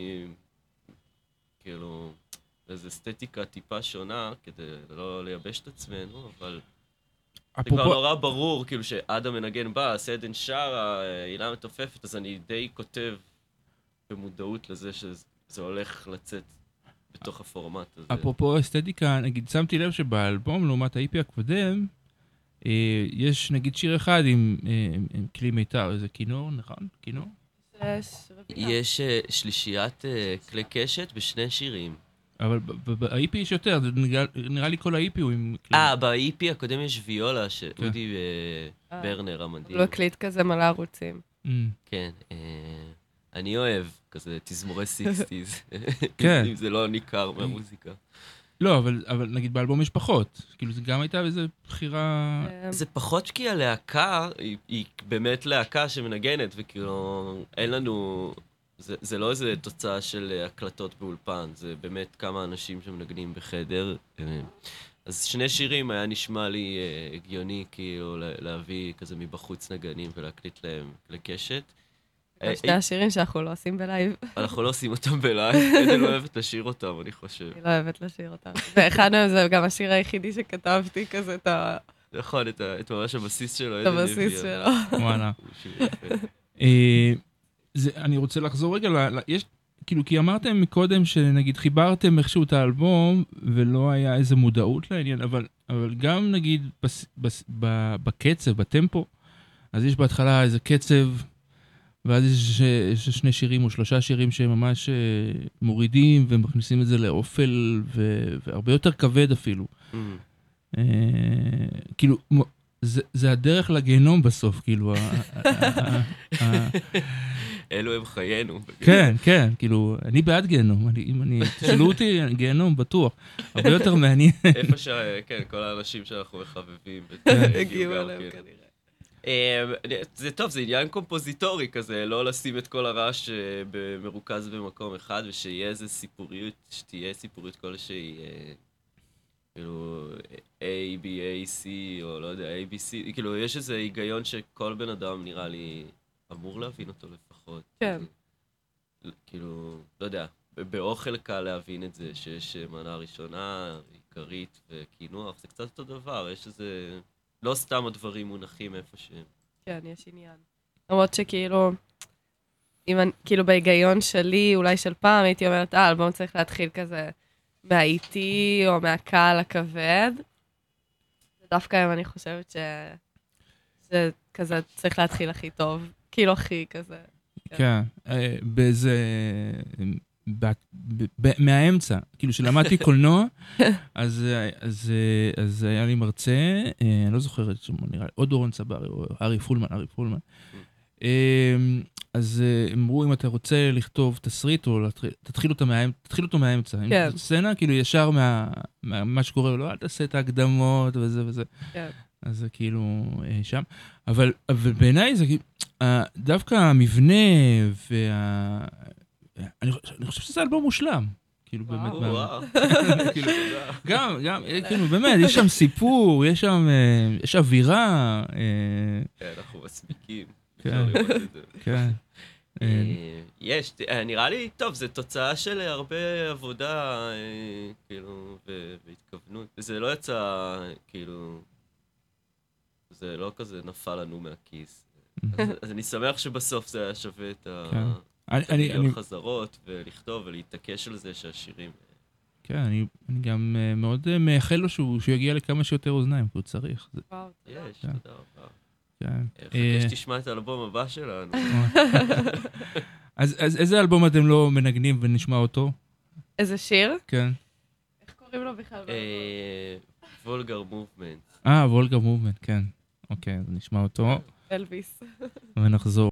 כאילו, איזו אסתטיקה טיפה שונה, כדי לא לייבש את עצמנו, אבל זה כבר נורא ברור, כאילו שאדם מנגן בס, עדן שר, הילה מתופפת, אז אני די כותב במודעות לזה שזה הולך לצאת בתוך הפורמט הזה. אפרופו אסתטיקה, נגיד, שמתי לב שבאלבום, לעומת ה-EP הקודם, יש נגיד שיר אחד עם כלי מיתר, איזה כינור, נכון? כינור? יש שלישיית כלי קשת בשני שירים. אבל ב-EP יש יותר, נראה לי כל ה-EP הוא עם כלי. ב-EP הקודם יש ויולה, שאודי ברנר המדהים. לא הקליט כזה מלא ערוצים. כן, אני אוהב כזה תזמורי 60s, כן. אם זה לא ניכר מהמוזיקה. לא, אבל נגיד באלבום יש פחות. כאילו, זה גם הייתה איזו בחירה... זה פחות כי הלהקה היא באמת להקה שמנגנת, וכאילו, אין לנו... זה לא איזו תוצאה של הקלטות באולפן, זה באמת כמה אנשים שמנגנים בחדר. אז שני שירים היה נשמע לי הגיוני, כאילו, להביא כזה מבחוץ נגנים ולהקליט להם לקשת. שני השירים שאנחנו לא עושים בלייב. אנחנו לא עושים אותם בלייב, אני לא אוהבת לשיר אותם, אני חושב. אני לא אוהבת לשיר אותם. ואחד מהם זה גם השיר היחידי שכתבתי, כזה את ה... נכון, את ממש הבסיס שלו. את הבסיס שלו. וואלה. אני רוצה לחזור רגע, כאילו, כי אמרתם מקודם שנגיד חיברתם איכשהו את האלבום, ולא היה איזו מודעות לעניין, אבל גם נגיד בקצב, בטמפו, אז יש בהתחלה איזה קצב, ואז יש שני שירים או שלושה שירים שהם ממש מורידים, ומכניסים את זה לאופל, והרבה יותר כבד אפילו. כאילו, זה הדרך לגיהנום בסוף, כאילו. אלו הם חיינו. כן, כן, כאילו, אני בעד גיהנום, אם אני, תשאלו אותי, גיהנום בטוח, הרבה יותר מעניין. איפה כן, כל האנשים שאנחנו מחבבים. הגיעו אליהם כנראה. זה טוב, זה עניין קומפוזיטורי כזה, לא לשים את כל הרעש במרוכז במקום אחד, ושיהיה איזה סיפוריות, שתהיה סיפוריות כלשהי, כאילו A, B, A, C, או לא יודע, A, B, C, כאילו יש איזה היגיון שכל בן אדם נראה לי אמור להבין אותו לפחות. כן. כאילו, לא יודע, באוכל קל להבין את זה, שיש מנה ראשונה, עיקרית וכינוח, זה קצת אותו דבר, יש איזה... לא סתם הדברים מונחים איפה שהם. כן, יש עניין. למרות שכאילו, כאילו בהיגיון שלי, אולי של פעם, הייתי אומרת, האלבום צריך להתחיל כזה מהאיטי או מהקהל הכבד. דווקא היום אני חושבת שזה כזה צריך להתחיל הכי טוב, כאילו הכי כזה. כן, באיזה... מהאמצע, כאילו שלמדתי קולנוע, אז היה לי מרצה, אני לא זוכר את שמו, נראה לי, או דורון צברי, או ארי פולמן, אז אמרו, אם אתה רוצה לכתוב תסריט, או תתחיל אותו מהאמצע, אם זאת סצנה, כאילו ישר מה שקורה, לא, אל תעשה את ההקדמות וזה וזה, אז זה כאילו שם, אבל בעיניי זה דווקא המבנה אני חושב שזה אלבום מושלם, כאילו באמת. וואו. גם, כאילו באמת, יש שם סיפור, יש אווירה. כן, אנחנו מספיקים. כן. יש, נראה לי, טוב, זה תוצאה של הרבה עבודה, כאילו, והתכוונות. זה לא יצא, כאילו, זה לא כזה נפל לנו מהכיס. אז אני שמח שבסוף זה היה שווה את ה... להיות חזרות ולכתוב ולהתעקש על זה שהשירים... כן, אני גם מאוד מייחל לו שהוא יגיע לכמה שיותר אוזניים, כי הוא צריך. יש, תודה רבה. חכה שתשמע את האלבום הבא שלנו. אז איזה אלבום אתם לא מנגנים ונשמע אותו? איזה שיר? כן. איך קוראים לו בכלל? וולגר מובמנט. וולגר מובמנט, כן. אוקיי, אז נשמע אותו. אלוויס. ונחזור.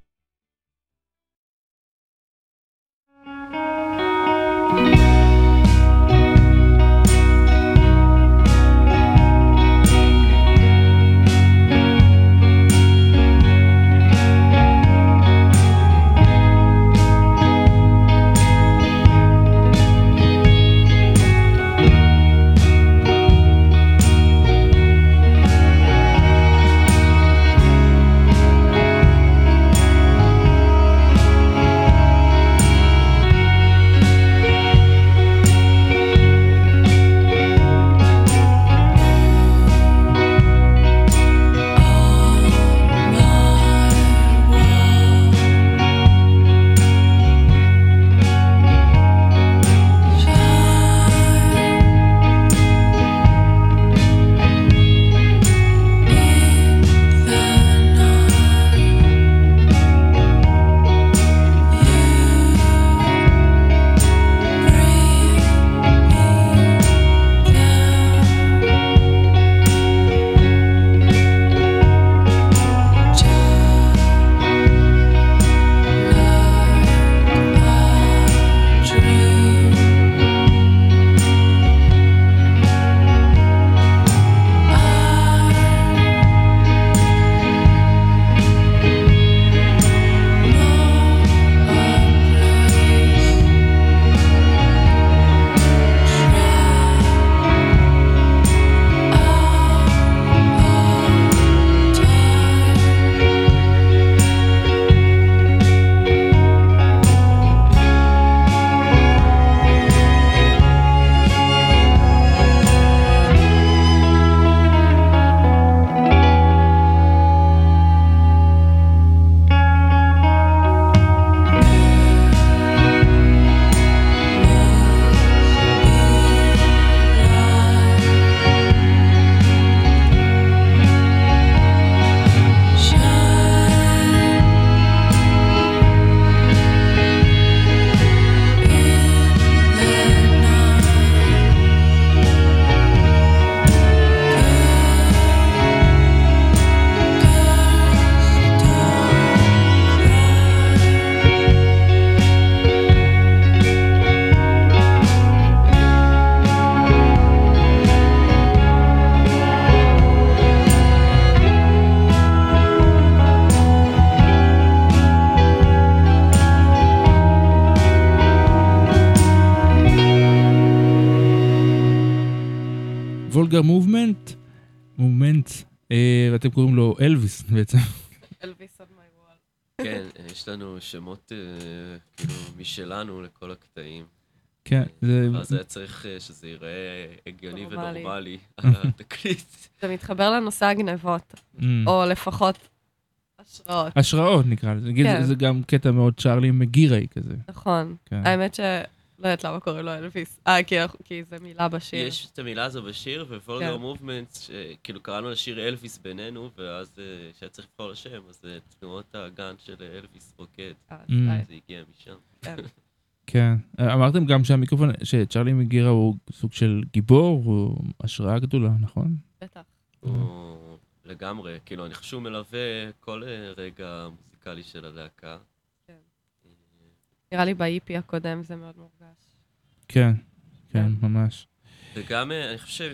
וולגר מובמנט, ואתם קוראים לו אלוויס בעצם. אלוויס on my wall. כן, יש לנו שמות כאילו משלנו לכל הקטעים. כן, אז היה צריך שזה ייראה הגיוני ונורמלי על התקליט. זה מתחבר לנושא הגנבות, או לפחות השראות. השראות נקרא לזה. זה גם קטע מאוד צ'ארלי מגירי כזה. נכון. האמת שלא יודעת למה קוראים לו אלוויס. כי זה מילה בשיר. יש את המילה הזו בשיר, ווולגר מובמנט, כאילו קראנו לשיר אלוויס בינינו, ואז שהיה צריך לבחור לשם, אז תנועות הגן של אלוויס רוקד. זה הגיע משם. כן. אמרתם גם שהמיקרופון, שצ'ארלי מגירה הוא סוג של גיבור, הוא השראה גדולה, נכון? בטח. הוא לגמרי, כאילו, אני חושב שהוא מלווה כל רגע מוזיקלי של הלהקה. כן. נראה לי באיפי הקודם זה מאוד מורגש. כן, כן, ממש. וגם, אני חושב,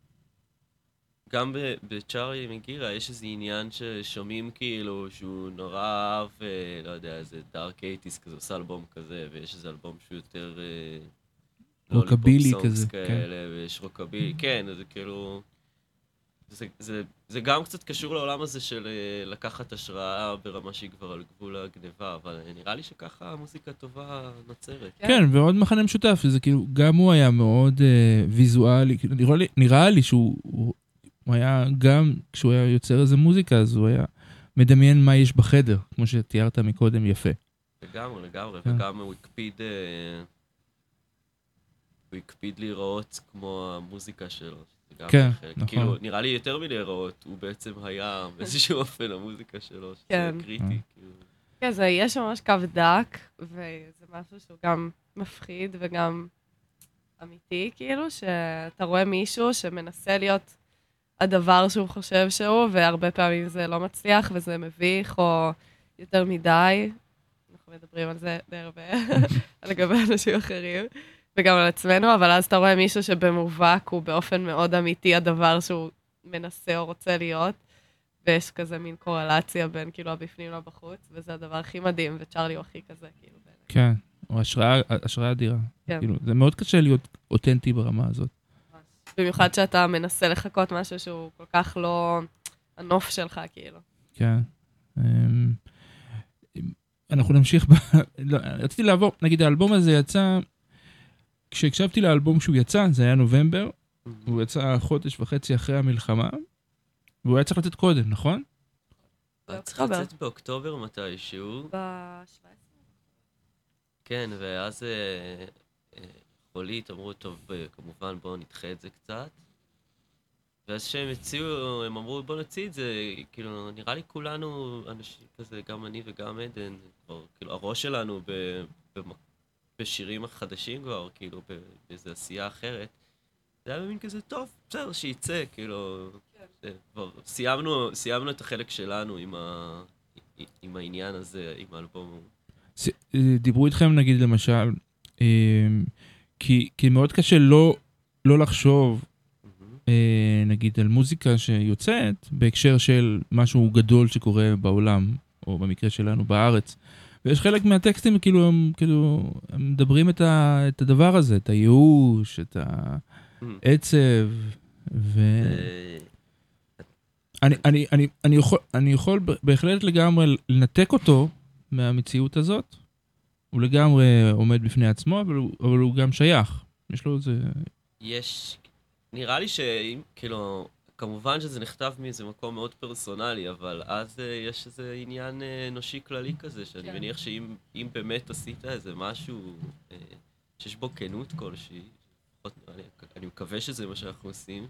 גם בצ'ארלי מגירה יש איזה עניין ששומעים כאילו שהוא נורא אהב, לא יודע, איזה דארק אייטיס כזה, עושה אלבום כזה, ויש איזה אלבום שהוא יותר... רוקבילי כזה, כן. ויש רוקבילי, כן, זה כאילו... זה גם קצת קשור לעולם הזה של לקחת השראה ברמה שהיא כבר על גבול הגניבה, אבל נראה לי שככה המוזיקה טובה נוצרת. כן, ועוד מחנה משותף, שזה כאילו, גם הוא היה מאוד ויזואלי, נראה לי שהוא היה גם, כשהוא היה יוצר איזה מוזיקה, אז הוא היה מדמיין מה יש בחדר, כמו שתיארת מקודם יפה. לגמרי, וגם הוא הקפיד להיראות כמו המוזיקה שלו. כן, נכון. כאילו, נראה לי יותר מלהיראות, הוא בעצם היה באיזשהו אופן המוזיקה שלו, שזה קריטי. כן, יש ממש קו דק, וזה משהו שהוא גם מפחיד וגם אמיתי, כאילו, שאתה רואה מישהו שמנסה להיות הדבר שהוא חושב שהוא, והרבה פעמים זה לא מצליח, וזה מביך, או יותר מדי. אנחנו מדברים על זה די הרבה, על לגבי אנשים אחרים. וגם על עצמנו, אבל אז אתה רואה מישהו שבמובהק הוא באופן מאוד אמיתי הדבר שהוא מנסה או רוצה להיות, ויש כזה מין קורלציה בין כאילו הבפנים לבחוץ, וזה הדבר הכי מדהים, וצ'ארלי הוא הכי כזה, כאילו. כן, או השראה אדירה. כן. כאילו, זה מאוד קשה להיות אותנטי ברמה הזאת. במיוחד שאתה מנסה לחכות משהו שהוא כל כך לא הנוף שלך, כאילו. כן. אנחנו נמשיך רציתי לעבור, נגיד האלבום הזה יצא... כשהקשבתי לאלבום שהוא יצא, זה היה נובמבר, הוא יצא חודש וחצי אחרי המלחמה, והוא היה צריך לצאת קודם, נכון? הוא צריך לצאת באוקטובר מתישהו. ב-17. כן, ואז חולית אמרו, טוב, כמובן בואו נדחה את זה קצת. ואז שהם הציעו, הם אמרו, בואו נוציא את זה, כאילו, נראה לי כולנו, אנשים כזה, גם אני וגם עדן, כאילו, הראש שלנו בשירים החדשים כבר, כאילו, באיזו עשייה אחרת. זה היה במין כזה, טוב, בסדר, שייצא, כאילו, כבר סיימנו את החלק שלנו עם העניין הזה, עם האלבום. דיברו איתכם, נגיד, למשל, כי מאוד קשה לא לחשוב, נגיד, על מוזיקה שיוצאת, בהקשר של משהו גדול שקורה בעולם, או במקרה שלנו בארץ. ויש חלק מהטקסטים, כאילו, הם מדברים את הדבר הזה, את הייאוש, את העצב, אני יכול בהחלט לגמרי לנתק אותו מהמציאות הזאת, הוא לגמרי עומד בפני עצמו, אבל הוא גם שייך. יש לו איזה... נראה לי שאם, כאילו... כמובן שזה נכתב מאיזה מקום מאוד פרסונלי, אבל אז יש איזה עניין אנושי כללי כזה, שאני מניח שאם באמת עשית איזה משהו שיש בו כנות כלשהי, אני מקווה שזה מה שאנחנו עושים,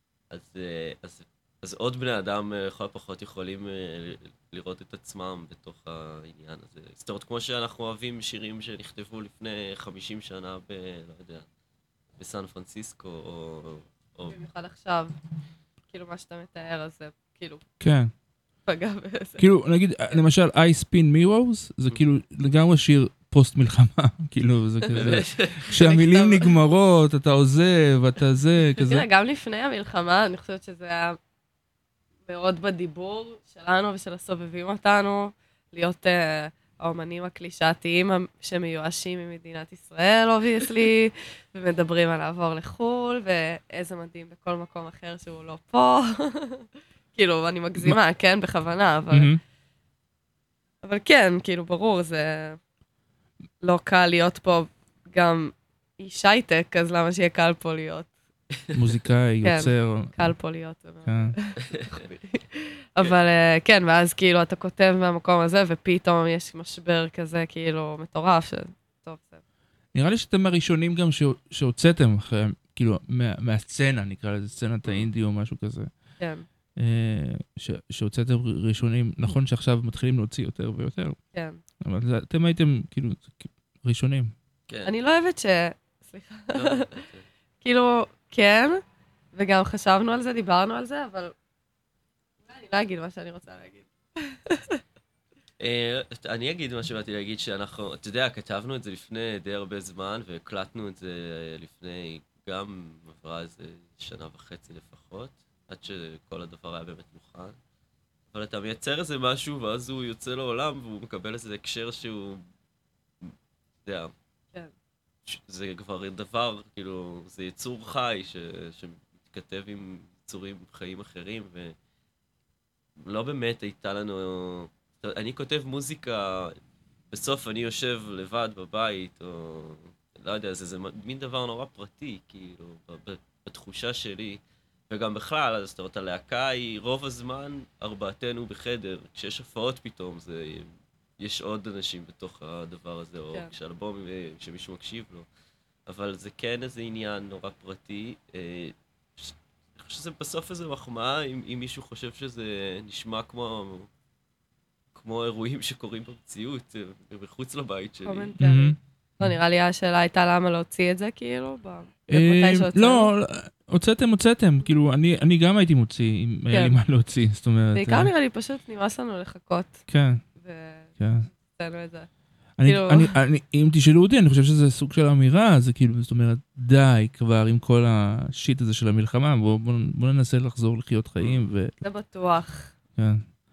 אז עוד בני אדם לכל הפחות יכולים לראות את עצמם בתוך העניין הזה. זאת אומרת, כמו שאנחנו אוהבים שירים שנכתבו לפני 50 שנה לא יודע, בסן פרנסיסקו, או... במיוחד עכשיו. כאילו מה שאתה מתאר, אז זה כאילו... כן. פגע בזה. כאילו, נגיד, למשל, I Spin Mirrors, זה כאילו לגמרי שיר פוסט מלחמה, כאילו, זה כזה... כשהמילים נגמרות, אתה עוזב, אתה זה, כזה... תראה, גם לפני המלחמה, אני חושבת שזה היה מאוד בדיבור שלנו ושל הסובבים אותנו, להיות האומנים הקלישאתיים שמיואשים ממדינת ישראל, obviously, ומדברים על לעבור לחול, ואיזה מדהים בכל מקום אחר שהוא לא פה. כאילו, אני מגזימה, כן, בכוונה, אבל כן, כאילו, ברור, זה לא קל להיות פה גם איש הייטק, אז למה שיהיה קל פה להיות? מוזיקאי, יוצר. קל פה להיות. אבל כן, ואז כאילו אתה כותב מהמקום הזה, ופתאום יש משבר כזה כאילו מטורף, טוב, זה. נראה לי שאתם הראשונים גם שהוצאתם אחרי, כאילו, מהסצנה, נקרא לזה, סצנת האינדי או משהו כזה. כן. שהוצאתם ראשונים, נכון שעכשיו מתחילים להוציא יותר ויותר. כן. אבל אתם הייתם כאילו ראשונים. אני לא אוהבת סליחה. כאילו, כן, וגם חשבנו על זה, דיברנו על זה, אבל אני לא אגיד מה שאני רוצה להגיד. אני אגיד מה שבאתי להגיד, שאנחנו, אתה יודע, כתבנו את זה לפני די הרבה זמן, והקלטנו את זה לפני, גם עברה איזה 1.5 שנה לפחות, עד שכל הדבר היה באמת מוכן. אבל אתה מייצר איזה משהו, ואז הוא יוצא לעולם, והוא מקבל איזה הקשר שהוא, אתה יודע, זה כבר דבר, כאילו, זה יצור חי שמתכתב עם יצורים חיים אחרים, ולא באמת הייתה לנו... אני כותב מוזיקה, בסוף אני יושב לבד בבית, או לא יודע, זה מין דבר נורא פרטי, כאילו, בתחושה שלי, וגם בכלל, אז זאת אומרת, הלהקה היא רוב הזמן 4 בחדר, כשיש הופעות פתאום, יש עוד אנשים בתוך הדבר הזה, או כשאלבום שמישהו מקשיב לו. אבל זה כן איזה עניין נורא פרטי. אני חושב שזה בסוף איזה מחמאה, אם מישהו חושב שזה נשמע כמו אירועים שקורים במציאות, מחוץ לבית שלי. לא, נראה לי השאלה הייתה למה להוציא את זה, כאילו, לא, הוצאתם, כאילו, אני גם הייתי מוציא, אם היה לי מה להוציא, זאת אומרת... בעיקר נראה לי פשוט נמאס לנו לחכות. כן. ועשינו את זה. אם תשאלו אותי, אני חושב שזה סוג של אמירה, זה כאילו, זאת אומרת, די כבר עם כל השיט הזה של המלחמה, בואו ננסה לחזור לחיות חיים. זה בטוח. כן.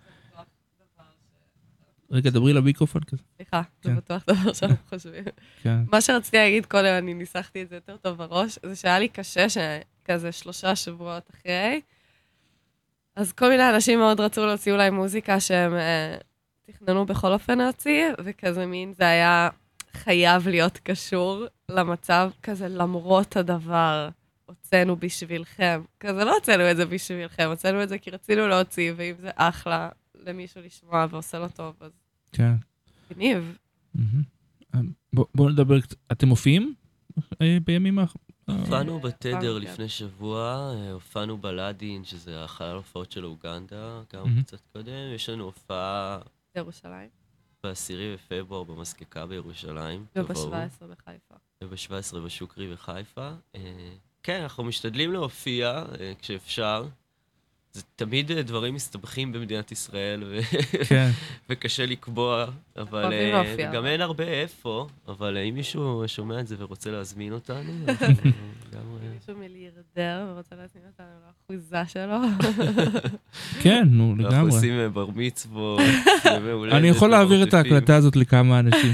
רגע, דברי למיקרופון כזה. סליחה, זה בטוח דבר שאנחנו חושבים. מה שרציתי להגיד קודם, אני ניסחתי את זה יותר טוב בראש, זה שהיה לי קשה שכזה 3 שבועות אחרי, אז כל מיני אנשים מאוד רצו להוציא אולי מוזיקה שהם תכננו בכל אופן להוציא, וכזה מין זה היה חייב להיות קשור למצב כזה למרות הדבר. הוצאנו בשבילכם. כזה לא הוצאנו את זה בשבילכם, הוצאנו את זה כי רצינו להוציא, ואם זה אחלה למישהו לשמוע ועושה לו טוב, אז... כן. גניב. בואו נדבר קצת. אתם מופיעים בימים האחרונים? הופענו בתדר לפני שבוע, הופענו בלאדין, שזה החלל הופעות של אוגנדה, גם קצת קודם. יש לנו הופעה... בירושלים. ב10 בפברואר במזקקה בירושלים. וב-17 בחיפה. וב-17 בשוקרי בחיפה. כן, אנחנו משתדלים להופיע כשאפשר. זה תמיד דברים מסתבכים במדינת ישראל, וקשה לקבוע, אבל גם אין הרבה איפה, אבל אם מישהו שומע את זה ורוצה להזמין אותנו, מישהו מיליארדר ורוצה להזמין אותנו לאחוזה שלו. כן, נו, לגמרי. אנחנו עושים בר מצוות, אני יכול להעביר את ההקלטה הזאת לכמה אנשים.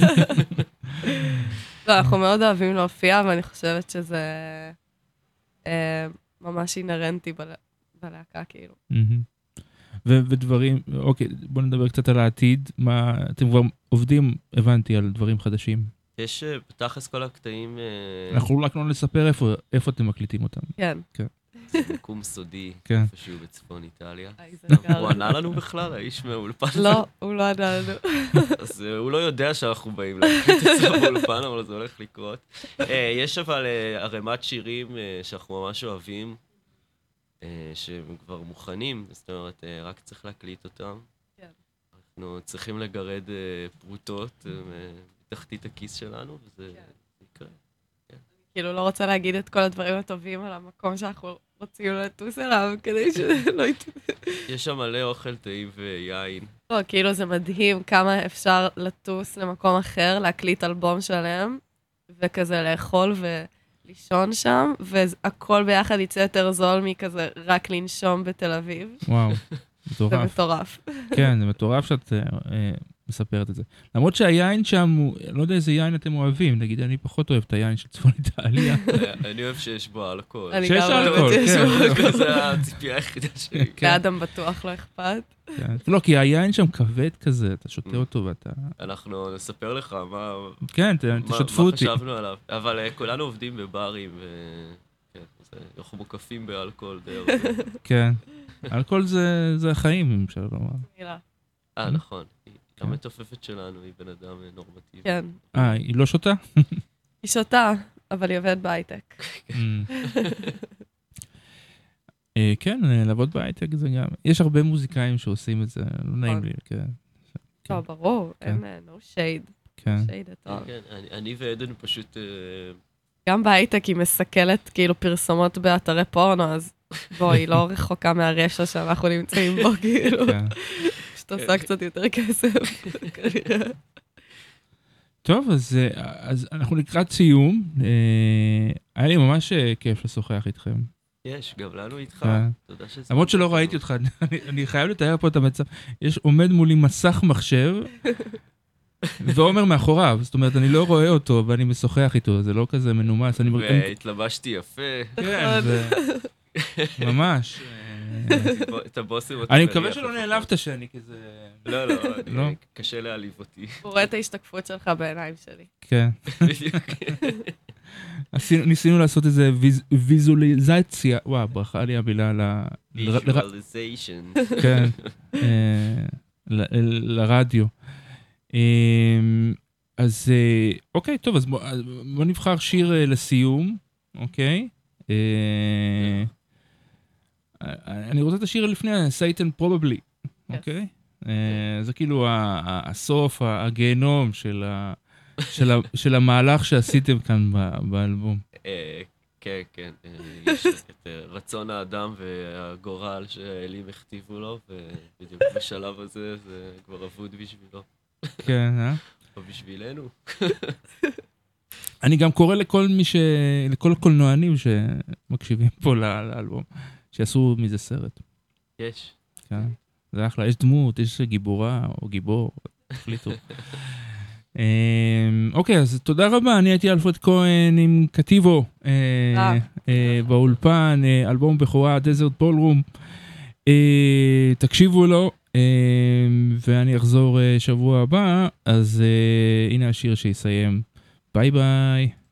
לא, אנחנו מאוד אוהבים להופיע, ואני חושבת שזה ממש אינרנטי בלהקה, כאילו. ודברים, אוקיי, בואו נדבר קצת על העתיד. אתם כבר עובדים, הבנתי, על דברים חדשים. יש בתכלס כל הקטעים... אנחנו רק לא נספר איפה אתם מקליטים אותם. כן. זה מקום סודי, איפשהו בצפון איטליה. הוא ענה לנו בכלל, האיש מהאולפן. לא, הוא לא ענה לנו. אז הוא לא יודע שאנחנו באים להקליט את זה באולפן, אבל זה הולך לקרות. יש אבל ערימת שירים שאנחנו ממש אוהבים, שהם כבר מוכנים, זאת אומרת, רק צריך להקליט אותם. אנחנו צריכים לגרד פרוטות מתחתית הכיס שלנו, וזה יקרה. כאילו לא רוצה להגיד את כל הדברים הטובים על המקום שאנחנו רוצים לטוס אליו, כדי שלא יטוס. יש שם מלא אוכל טעים ויין. לא, כאילו זה מדהים כמה אפשר לטוס למקום אחר, להקליט אלבום שלם, וכזה לאכול ולישון שם, והכל ביחד יצא יותר זול מכזה רק לנשום בתל אביב. וואו, מטורף. זה מטורף. כן, זה מטורף שאת מספרת את זה. למרות שהיין שם, לא יודע איזה יין אתם אוהבים, נגיד, אני פחות אוהב את היין של צפון איטליה. אני אוהב שיש בו אלכוהול. שיש אלכוהול, כן. זה הציפייה היחידה שלי. לאדם בטוח לא אכפת. לא, כי היין שם כבד כזה, אתה שותה אותו ואתה... אנחנו נספר לך מה... כן, תשתפו אותי. מה חשבנו עליו. אבל כולנו עובדים בברים, אנחנו מוקפים באלכוהול די הרבה. כן. אלכוהול זה החיים, אפשר לומר. נכון. המתופפת שלנו היא בן אדם נורמטיבי. כן. היא לא שותה? היא שותה, אבל היא עובדת בהייטק. כן, לעבוד בהייטק זה גם... יש הרבה מוזיקאים שעושים את זה, לא נעים לי, כן. לא, ברור, אין no shade. כן. shade at all. כן, אני ועדן פשוט... גם בהייטק היא מסכלת כאילו פרסומות באתרי פורנו, אז בואי, היא לא רחוקה מהרשע שאנחנו נמצאים בו, כאילו. פשוט עושה קצת יותר כסף, כנראה. טוב, אז אנחנו לקראת סיום. היה לי ממש כיף לשוחח איתכם. יש, גם לנו איתך. תודה שזה... למרות שלא ראיתי אותך, אני חייב לתאר פה את המצב. עומד מולי מסך מחשב, ועומר מאחוריו, זאת אומרת, אני לא רואה אותו, ואני משוחח איתו, זה לא כזה מנומס. והתלבשתי יפה. כן, ממש. את הבוסים... אני מקווה שלא נעלבת שאני כזה... לא, קשה להעליב אותי. הוא רואה את ההשתקפות שלך בעיניים שלי. כן. ניסינו לעשות איזה ויזואליזציה, וואו, ברכה לי המילה ויזואליזיישן. כן, לרדיו. אז אוקיי, טוב, אז בוא נבחר שיר לסיום, אוקיי? אני רוצה את השיר לפני, Satan Probably, אוקיי? זה כאילו הסוף, הגיהנום של המהלך שעשיתם כאן באלבום. כן, כן. יש את רצון האדם והגורל שהאלים הכתיבו לו, ובדיוק בשלב הזה זה כבר אבוד בשבילו. כן, או בשבילנו. אני גם קורא לכל קולנוענים שמקשיבים פה לאלבום, שיעשו מזה סרט. יש. כן, זה אחלה. יש דמות, יש גיבורה או גיבור, תחליטו. אוקיי, אז תודה רבה, אני הייתי אלפרד כהן עם קטיבו באולפן, אלבום בכורה, Desert Ballroom. תקשיבו לו, ואני אחזור שבוע הבא, אז הנה השיר שיסיים. ביי ביי.